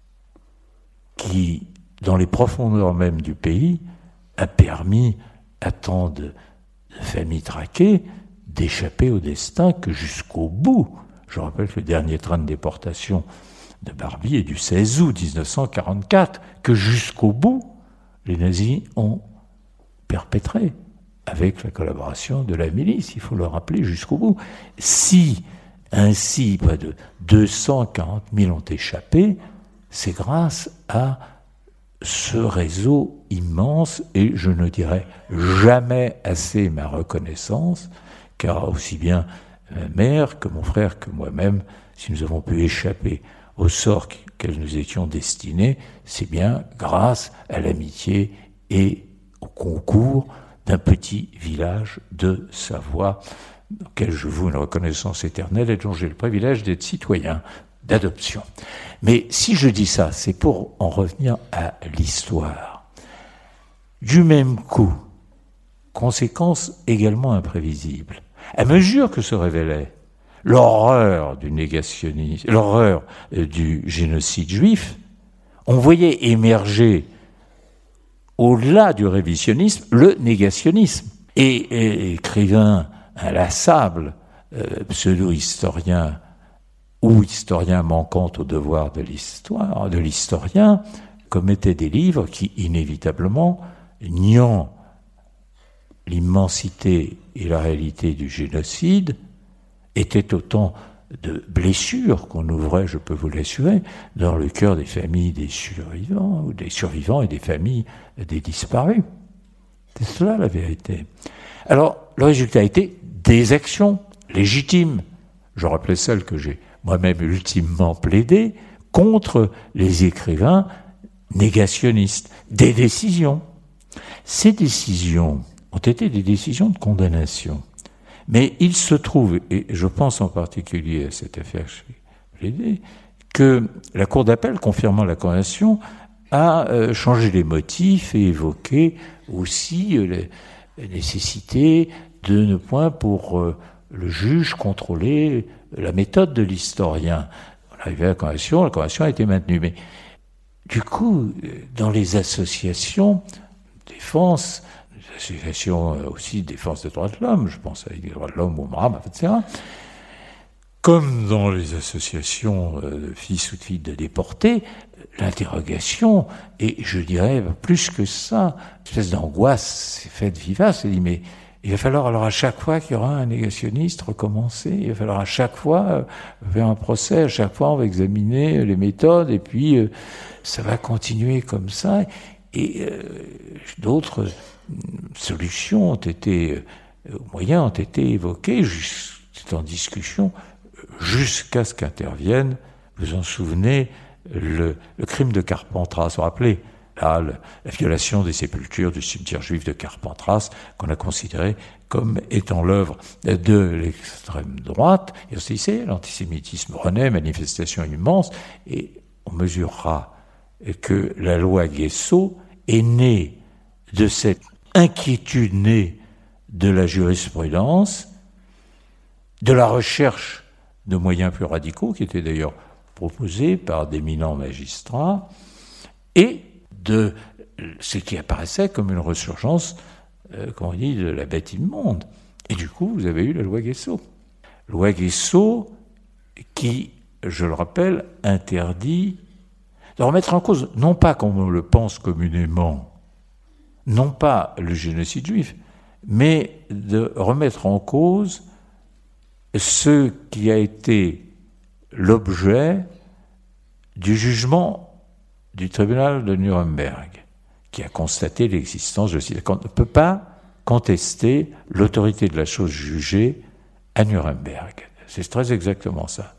qui, dans les profondeurs même du pays, a permis à tant de familles traquées d'échapper au destin que jusqu'au bout. Je rappelle que le dernier train de déportation de Barbie est du 16 août 1944, que jusqu'au bout, les nazis ont perpétré, avec la collaboration de la milice, il faut le rappeler jusqu'au bout. Si, ainsi, près de 240 000 ont échappé, c'est grâce à ce réseau immense, et je ne dirai jamais assez ma reconnaissance, car aussi bien ma mère que mon frère que moi-même, si nous avons pu échapper au sort auquel nous étions destinés, c'est bien grâce à l'amitié et au concours d'un petit village de Savoie, auquel je voue une reconnaissance éternelle et dont j'ai le privilège d'être citoyen d'adoption. Mais si je dis ça, c'est pour en revenir à l'histoire. Du même coup, conséquence également imprévisible, à mesure que se révélait l'horreur du négationnisme, l'horreur du génocide juif, on voyait émerger, au-delà du révisionnisme, le négationnisme. Et écrivain inlassable, pseudo-historien ou historien manquant au devoir de l'histoire, de l'historien, commettait des livres qui, inévitablement, niant l'immensité et la réalité du génocide, étaient autant de blessures qu'on ouvrait, je peux vous l'assurer, dans le cœur des familles des survivants, ou des survivants et des familles des disparus. C'est cela la vérité. Alors, le résultat a été des actions légitimes. Je rappelais celles que j'ai moi-même ultimement plaidées contre les écrivains négationnistes. Des décisions. Ces décisions ont été des décisions de condamnation. Mais il se trouve, et je pense en particulier à cette affaire que j'ai plaidée, que la Cour d'appel, confirmant la condamnation, a changé les motifs et évoqué aussi la nécessité de ne point pour le juge contrôler la méthode de l'historien. On arrivait à la condamnation a été maintenue. Mais du coup, dans les associations de défense, les associations aussi de défense des droits de l'homme, je pense à les droits de l'homme, au MRAM, etc., comme dans les associations de fils ou de filles de déportés, l'interrogation, et je dirais plus que ça, une espèce d'angoisse s'est faite vivace, et dit, mais il va falloir alors à chaque fois qu'il y aura un négationniste recommencer, il va falloir à chaque fois faire un procès, à chaque fois on va examiner les méthodes, et puis ça va continuer comme ça, et d'autres solutions ont été, moyens ont été évoqués, c'est en discussion, jusqu'à ce qu'intervienne, vous en souvenez, le crime de Carpentras, vous vous rappelez, là, la violation des sépultures du cimetière juif de Carpentras, qu'on a considéré comme étant l'œuvre de l'extrême droite, et on s'est dit, l'antisémitisme renaît, manifestation immense, et on mesurera que la loi Guessot est née de cette inquiétude née de la jurisprudence, de la recherche de moyens plus radicaux, qui étaient d'ailleurs proposés par d'éminents magistrats, et de ce qui apparaissait comme une ressurgence, comme on dit, de la bête immonde. Et du coup, vous avez eu la loi Guessot. Loi Guessot qui, je le rappelle, interdit de remettre en cause, non pas comme on le pense communément, non pas le génocide juif, mais de remettre en cause ce qui a été l'objet du jugement du tribunal de Nuremberg, qui a constaté l'existence, je cite, qu'on ne peut pas contester l'autorité de la chose jugée à Nuremberg. C'est très exactement ça.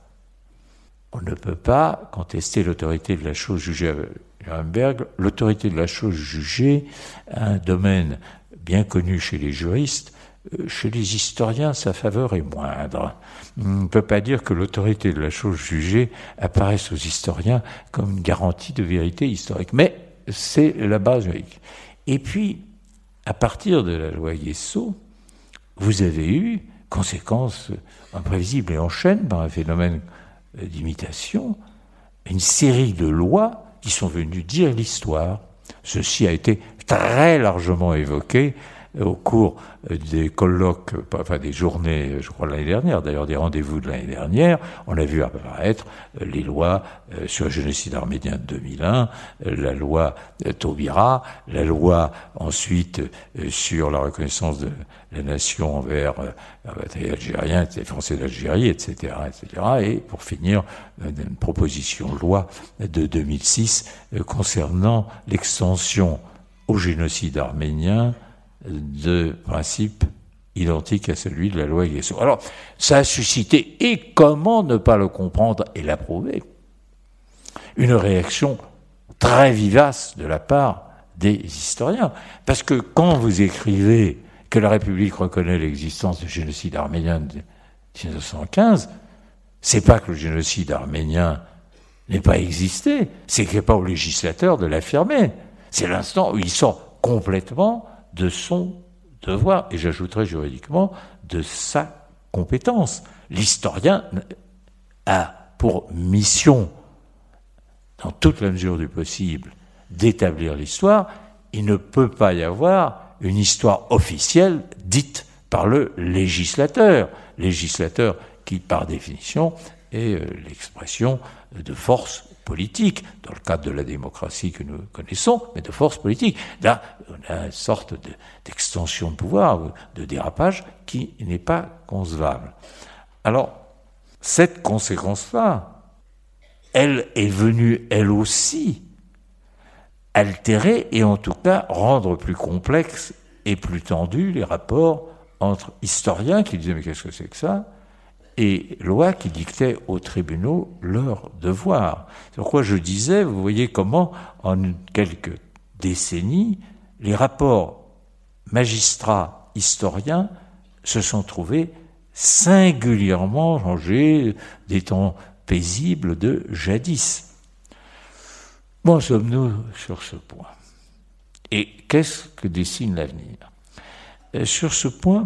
On ne peut pas contester l'autorité de la chose jugée à Nuremberg. L'autorité de la chose jugée a un domaine bien connu chez les juristes. Chez les historiens, sa faveur est moindre. On ne peut pas dire que l'autorité de la chose jugée apparaisse aux historiens comme une garantie de vérité historique. Mais c'est la base juridique. Et puis, à partir de la loi Guessot, vous avez eu, conséquence imprévisible et en chaîne par un phénomène d'imitation, une série de lois qui sont venues dire l'histoire. Ceci a été très largement évoqué au cours des colloques, enfin des journées, je crois l'année dernière, d'ailleurs des rendez-vous de l'année dernière, on a vu apparaître les lois sur le génocide arménien de 2001, la loi Taubira, la loi ensuite sur la reconnaissance de la nation envers les Algériens, les Français d'Algérie, etc., etc. Et pour finir, une proposition de loi de 2006 concernant l'extension au génocide arménien de principes identiques à celui de la loi Guessot. Alors, ça a suscité, et comment ne pas le comprendre et l'approuver, une réaction très vivace de la part des historiens. Parce que quand vous écrivez que la République reconnaît l'existence du génocide arménien de 1915, c'est pas que le génocide arménien n'ait pas existé, c'est qu'il n'est pas au législateur de l'affirmer. C'est l'instant où il sort complètement de son devoir, et j'ajouterais juridiquement, de sa compétence. L'historien a pour mission, dans toute la mesure du possible, d'établir l'histoire. Il ne peut pas y avoir une histoire officielle dite par le législateur. Législateur qui, par définition, est l'expression de force politique, dans le cadre de la démocratie que nous connaissons, mais de force politique. Là, on a une sorte d'extension de pouvoir, de dérapage, qui n'est pas concevable. Alors, cette conséquence-là, elle est venue, elle aussi, altérer et en tout cas rendre plus complexes et plus tendus les rapports entre historiens qui disaient « mais qu'est-ce que c'est que ça ?» et lois qui dictaient aux tribunaux leurs devoirs. C'est pourquoi je disais, vous voyez comment, en quelques décennies, les rapports magistrats-historiens se sont trouvés singulièrement changés des temps paisibles de jadis. Où en sommes-nous sur ce point ? Et qu'est-ce que dessine l'avenir ? Sur ce point,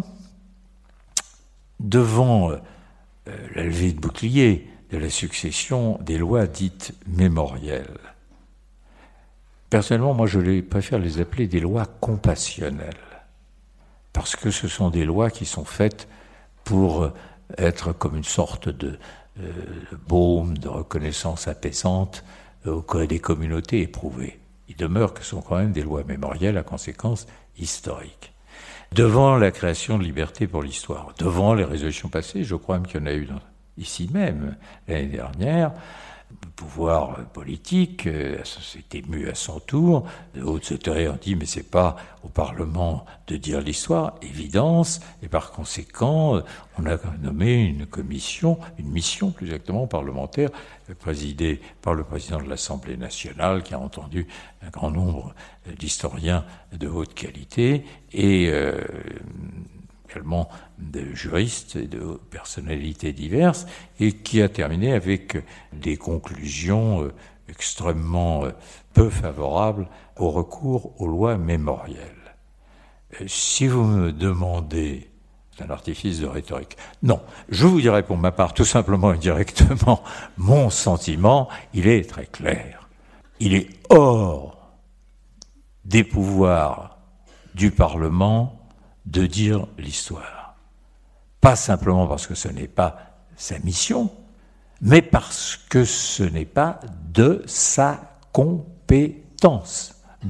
devant la levée de bouclier de la succession des lois dites mémorielles, personnellement, moi je préfère les appeler des lois compassionnelles, parce que ce sont des lois qui sont faites pour être comme une sorte de baume, de reconnaissance apaisante auprès des communautés éprouvées. Il demeure que ce sont quand même des lois mémorielles à conséquences historiques. Devant la création de liberté pour l'histoire, devant les résolutions passées, je crois même qu'il y en a eu ici même l'année dernière, le pouvoir politique, la société mue à son tour, de hautes autorités ont dit mais c'est pas au Parlement de dire l'histoire, évidence, et par conséquent on a nommé une commission, une mission plus exactement parlementaire, présidée par le président de l'Assemblée nationale qui a entendu un grand nombre d'historiens de haute qualité et également de juristes et de personnalités diverses, et qui a terminé avec des conclusions extrêmement peu favorables au recours aux lois mémorielles. Si vous me demandez, c'est un artifice de rhétorique, non, je vous dirai pour ma part, tout simplement et directement, mon sentiment, il est très clair. Il est hors des pouvoirs du Parlement de dire l'histoire. Pas simplement parce que ce n'est pas sa mission, mais parce que ce n'est pas de sa compétence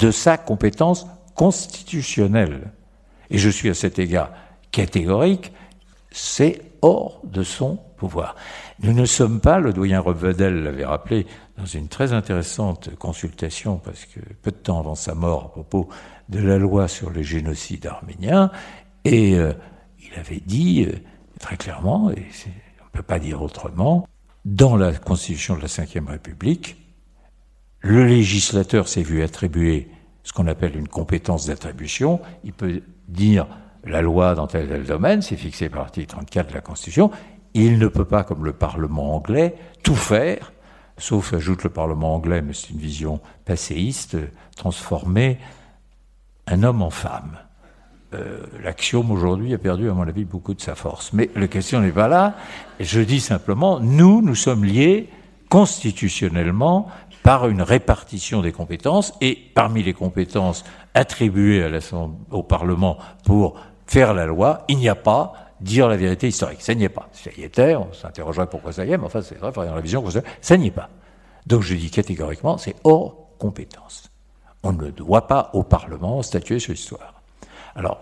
constitutionnelle. Et je suis à cet égard catégorique, c'est hors de son pouvoir. Nous ne sommes pas, le doyen Revedel l'avait rappelé dans une très intéressante consultation, parce que peu de temps avant sa mort, à propos de la loi sur le génocide arménien, et il avait dit très clairement, et on ne peut pas dire autrement, dans la Constitution de la Ve République, le législateur s'est vu attribuer ce qu'on appelle une compétence d'attribution. Il peut dire la loi dans tel domaine, c'est fixé par l'article 34 de la Constitution. Il ne peut pas, comme le Parlement anglais, tout faire, sauf, ajoute le Parlement anglais, mais c'est une vision passéiste, transformer un homme en femme. L'axiome aujourd'hui a perdu, à mon avis, beaucoup de sa force. Mais la question n'est pas là. Je dis simplement, nous sommes liés constitutionnellement par une répartition des compétences, et parmi les compétences attribuées au Parlement pour faire la loi, il n'y a pas dire la vérité historique. Ça n'y est pas. Ça y était, on s'interrogerait pourquoi ça y est, mais enfin, c'est vrai, dans la vision, ça n'y est pas. Donc je dis catégoriquement, c'est hors compétence. On ne doit pas au Parlement statuer sur l'histoire. Alors,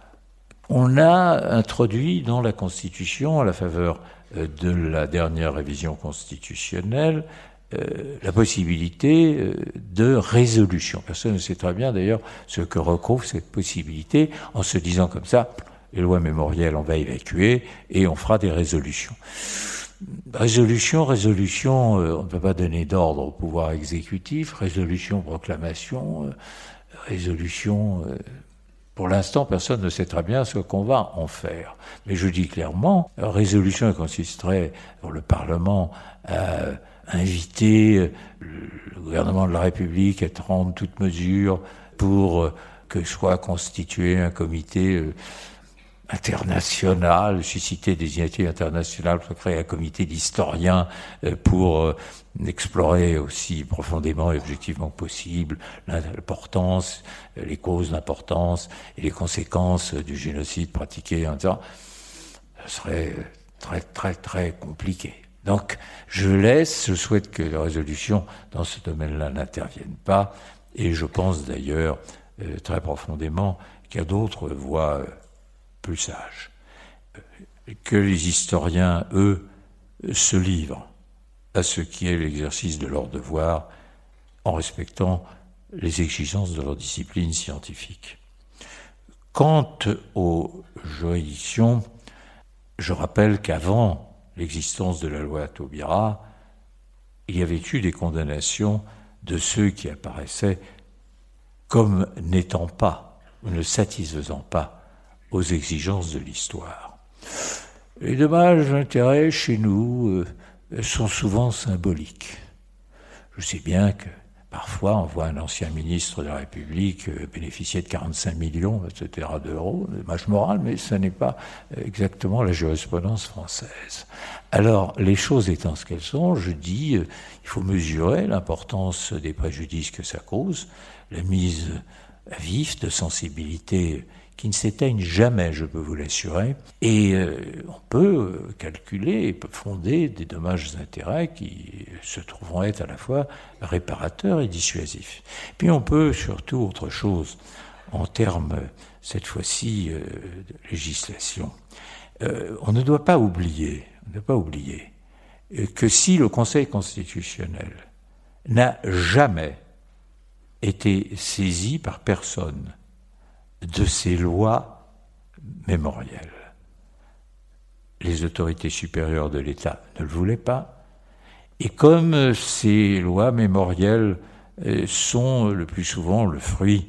on a introduit dans la Constitution, à la faveur de la dernière révision constitutionnelle, la possibilité de résolution. Personne ne sait très bien d'ailleurs ce que recouvre cette possibilité, en se disant comme ça, les lois mémorielles, on va évacuer et on fera des résolutions. Résolution, on ne peut pas donner d'ordre au pouvoir exécutif, résolution, proclamation, résolution... Pour l'instant, personne ne sait très bien ce qu'on va en faire. Mais je dis clairement, résolution consisterait pour le Parlement à inviter le gouvernement de la République à prendre toute mesure pour que soit constitué un comité international, susciter des initiatives internationales, pour créer un comité d'historiens pour explorer aussi profondément et objectivement possible l'importance, les causes d'importance et les conséquences du génocide pratiqué en disant, ce serait très très très compliqué. Donc je souhaite que les résolutions dans ce domaine-là n'interviennent pas, et je pense d'ailleurs très profondément qu'il y a d'autres voies plus sages. Que les historiens, eux, se livrent à ce qui est l'exercice de leur devoir en respectant les exigences de leur discipline scientifique. Quant aux juridictions, je rappelle qu'avant l'existence de la loi Taubira, il y avait eu des condamnations de ceux qui apparaissaient comme n'étant pas ou ne satisfaisant pas aux exigences de l'histoire. Les dommages et intérêts chez nous sont souvent symboliques. Je sais bien que parfois on voit un ancien ministre de la République bénéficier de 45 millions, etc. d'euros, dommage moral, mais ce n'est pas exactement la jurisprudence française. Alors, les choses étant ce qu'elles sont, je dis, il faut mesurer l'importance des préjudices que ça cause, la mise à vif de sensibilité qui ne s'éteignent jamais, je peux vous l'assurer, et on peut calculer et peut fonder des dommages et intérêts qui se trouveront être à la fois réparateurs et dissuasifs. Puis on peut surtout autre chose, en termes, cette fois-ci, de législation. On ne doit pas oublier que si le Conseil constitutionnel n'a jamais été saisi par personne de ces lois mémorielles, les autorités supérieures de l'État ne le voulaient pas, et comme ces lois mémorielles sont le plus souvent le fruit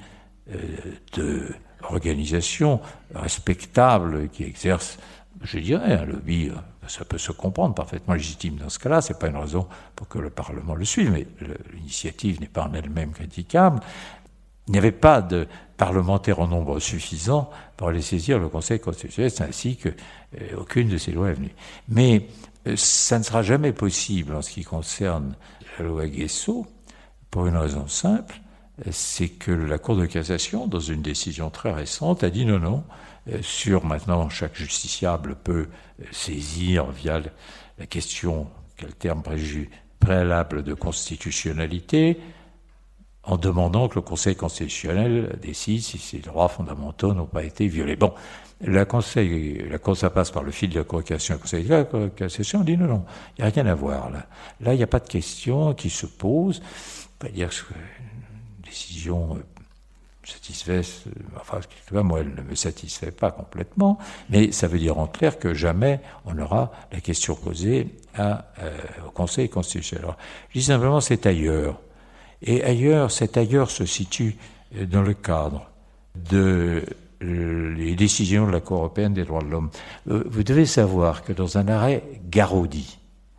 d'organisations respectables qui exercent, je dirais, un lobby, ça peut se comprendre, parfaitement légitime dans ce cas-là, c'est pas une raison pour que le Parlement le suive, mais l'initiative n'est pas en elle-même critiquable. Il n'y avait pas de parlementaires en nombre suffisant pour aller saisir le Conseil constitutionnel, ainsi qu'aucune de ces lois est venue. Mais ça ne sera jamais possible en ce qui concerne la loi Guessot, pour une raison simple, c'est que la Cour de cassation, dans une décision très récente, a dit non, sur maintenant chaque justiciable peut saisir via la question, quel terme préalable de constitutionnalité, en demandant que le Conseil constitutionnel décide si ces droits fondamentaux n'ont pas été violés. Bon, la Cour, ça passe par le fil de la Cour de cassation. Le Conseil de cassation dit non, il n'y a rien à voir là. Là, il n'y a pas de question qui se pose. On peut dire que une décision satisfait, enfin, en tout cas, moi, elle ne me satisfait pas complètement, mais ça veut dire en clair que jamais on aura la question posée au Conseil constitutionnel. Alors, je dis simplement, c'est ailleurs. Et ailleurs, cet ailleurs se situe dans le cadre les décisions de la Cour européenne des droits de l'homme. Vous devez savoir que dans un arrêt Garaudy,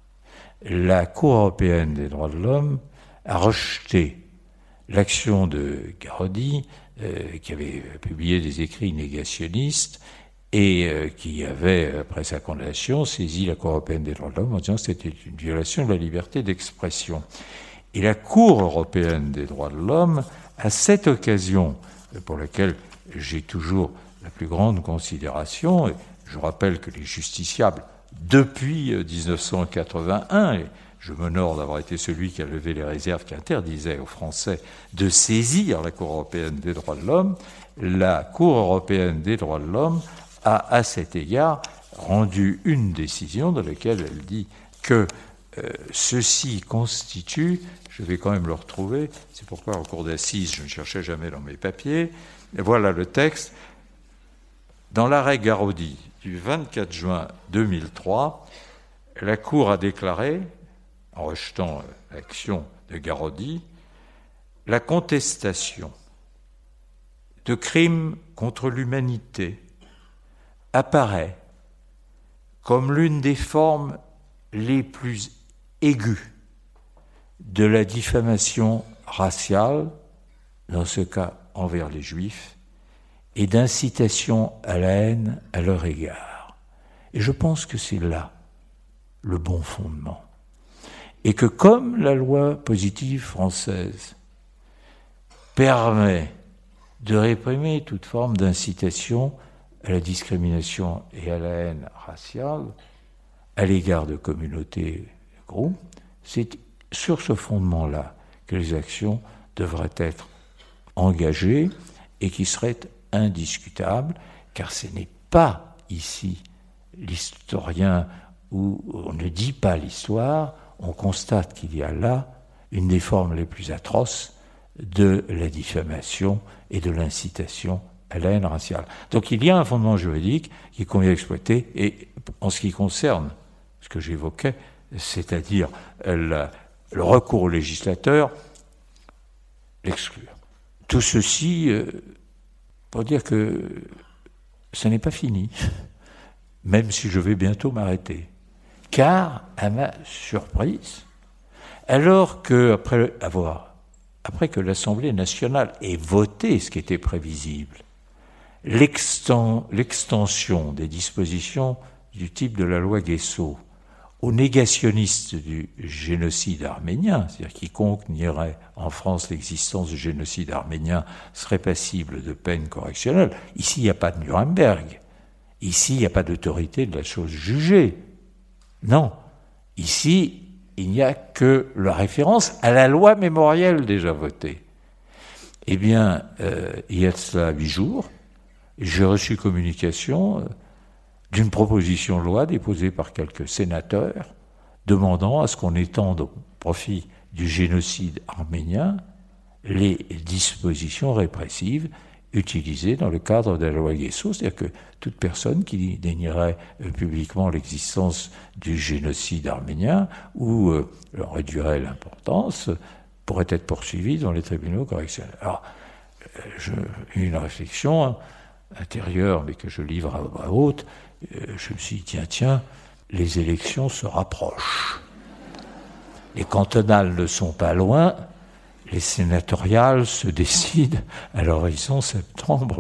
la Cour européenne des droits de l'homme a rejeté l'action de Garaudy, qui avait publié des écrits négationnistes et qui avait, après sa condamnation, saisi la Cour européenne des droits de l'homme en disant que c'était une violation de la liberté d'expression. Et la Cour européenne des droits de l'homme, à cette occasion, pour laquelle j'ai toujours la plus grande considération, et je rappelle que les justiciables, depuis 1981, et je m'honore d'avoir été celui qui a levé les réserves qui interdisaient aux Français de saisir la Cour européenne des droits de l'homme, la Cour européenne des droits de l'homme a, à cet égard, rendu une décision dans laquelle elle dit que ceci constitue, je vais quand même le retrouver, c'est pourquoi en cours d'assises, je ne cherchais jamais dans mes papiers, et voilà le texte. Dans l'arrêt Garaudy du 24 juin 2003, la Cour a déclaré, en rejetant l'action de Garaudy, la contestation de crimes contre l'humanité apparaît comme l'une des formes les plus aiguës de la diffamation raciale, dans ce cas envers les Juifs, et d'incitation à la haine à leur égard. Et je pense que c'est là le bon fondement. Et que comme la loi positive française permet de réprimer toute forme d'incitation à la discrimination et à la haine raciale à l'égard de communautés, groupes, c'est sur ce fondement-là que les actions devraient être engagées et qui seraient indiscutables, car ce n'est pas ici l'historien où on ne dit pas l'histoire, on constate qu'il y a là une des formes les plus atroces de la diffamation et de l'incitation à la haine raciale. Donc il y a un fondement juridique qu'il convient exploiter, et en ce qui concerne ce que j'évoquais, c'est-à-dire le recours au législateur, l'exclure. Tout ceci pour dire que ce n'est pas fini, même si je vais bientôt m'arrêter. Car, à ma surprise, alors que, après que l'Assemblée nationale ait voté ce qui était prévisible, l'extension des dispositions du type de la loi Guessot aux négationnistes du génocide arménien, c'est-à-dire quiconque nierait en France l'existence du génocide arménien serait passible de peine correctionnelle. Ici, il n'y a pas de Nuremberg. Ici, il n'y a pas d'autorité de la chose jugée. Non. Ici, il n'y a que la référence à la loi mémorielle déjà votée. Eh bien, il y a de cela 8 jours, j'ai reçu communication d'une proposition de loi déposée par quelques sénateurs demandant à ce qu'on étende au profit du génocide arménien les dispositions répressives utilisées dans le cadre de la loi Guessot, c'est-à-dire que toute personne qui dénierait publiquement l'existence du génocide arménien ou en réduirait l'importance pourrait être poursuivie dans les tribunaux correctionnels. Alors, j'ai eu une réflexion intérieure, mais que je livre à voix haute. Je me suis dit, tiens, les élections se rapprochent. Les cantonales ne sont pas loin, les sénatoriales se décident à l'horizon septembre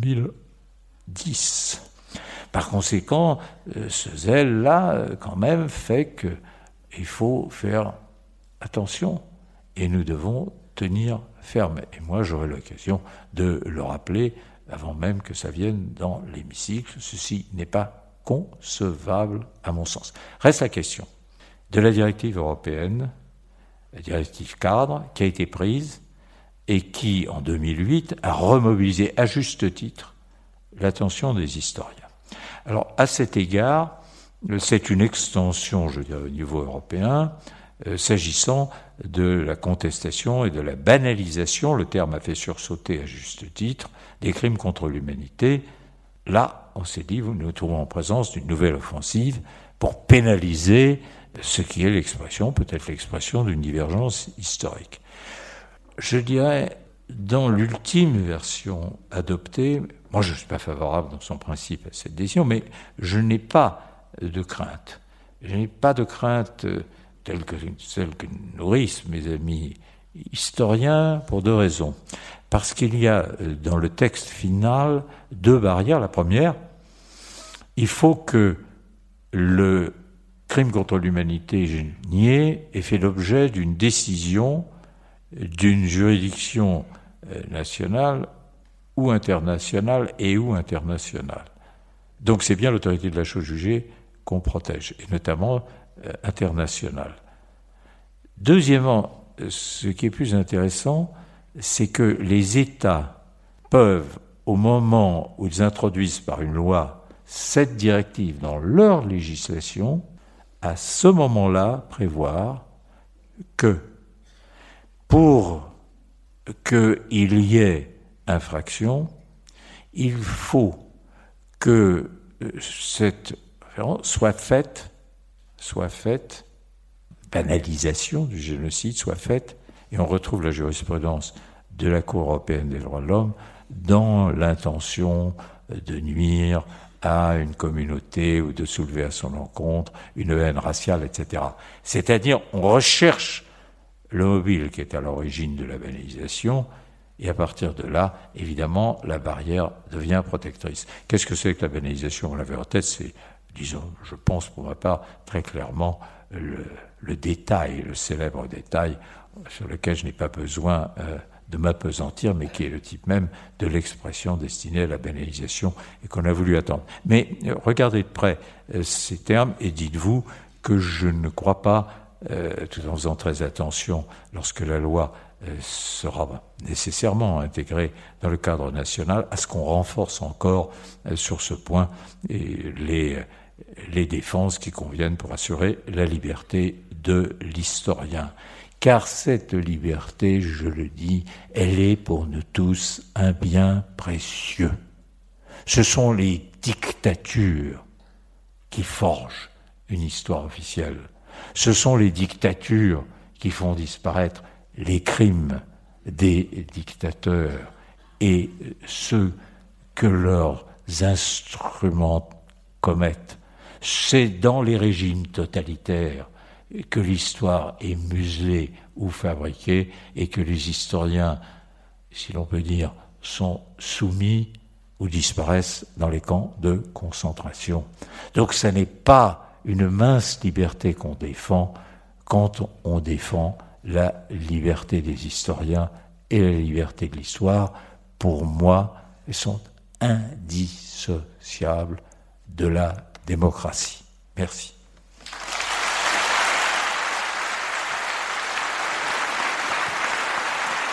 2010. Par conséquent, ce zèle-là, quand même, fait qu'il faut faire attention et nous devons tenir ferme. Et moi, j'aurai l'occasion de le rappeler avant même que ça vienne dans l'hémicycle. Ceci n'est pas concevable à mon sens. Reste la question de la directive européenne, la directive cadre, qui a été prise et qui, en 2008, a remobilisé à juste titre l'attention des historiens. Alors, à cet égard, c'est une extension, je dirais, au niveau européen, s'agissant de la contestation et de la banalisation, le terme a fait sursauter à juste titre, des crimes contre l'humanité. Là, on s'est dit, nous nous trouvons en présence d'une nouvelle offensive pour pénaliser ce qui est l'expression, peut-être l'expression d'une divergence historique. Je dirais, dans l'ultime version adoptée, moi je ne suis pas favorable dans son principe à cette décision, mais je n'ai pas de crainte. Je n'ai pas de crainte telle que celle que nourrissent mes amis historiens pour 2 raisons. Parce qu'il y a dans le texte final 2 barrières. La première, il faut que le crime contre l'humanité nié ait fait l'objet d'une décision d'une juridiction nationale ou internationale et ou internationale. Donc c'est bien l'autorité de la chose jugée qu'on protège, et notamment internationale. Deuxièmement, ce qui est plus intéressant, c'est que les États peuvent, au moment où ils introduisent par une loi cette directive dans leur législation, à ce moment-là prévoir que pour qu'il y ait infraction, il faut que cette référence soit faite, banalisation du génocide soit faite, et on retrouve la jurisprudence de la Cour européenne des droits de l'homme dans l'intention de nuire à une communauté ou de soulever à son encontre une haine raciale, etc. C'est-à-dire, on recherche le mobile qui est à l'origine de la banalisation, et à partir de là, évidemment, la barrière devient protectrice. Qu'est-ce que c'est que la banalisation ? On l'avait en tête, c'est, disons, je pense pour ma part, très clairement le détail, le célèbre détail sur lequel je n'ai pas besoin de m'appesantir, mais qui est le type même de l'expression destinée à la banalisation et qu'on a voulu attendre. Mais regardez de près ces termes et dites-vous que je ne crois pas, tout en faisant très attention lorsque la loi sera nécessairement intégrée dans le cadre national, à ce qu'on renforce encore sur ce point les défenses qui conviennent pour assurer la liberté de l'historien. Car cette liberté, je le dis, elle est pour nous tous un bien précieux. Ce sont les dictatures qui forgent une histoire officielle. Ce sont les dictatures qui font disparaître les crimes des dictateurs et ceux que leurs instruments commettent. C'est dans les régimes totalitaires que l'histoire est muselée ou fabriquée et que les historiens, si l'on peut dire, sont soumis ou disparaissent dans les camps de concentration. Donc ce n'est pas une mince liberté qu'on défend quand on défend la liberté des historiens et la liberté de l'histoire. Pour moi, elles sont indissociables de la démocratie. Merci.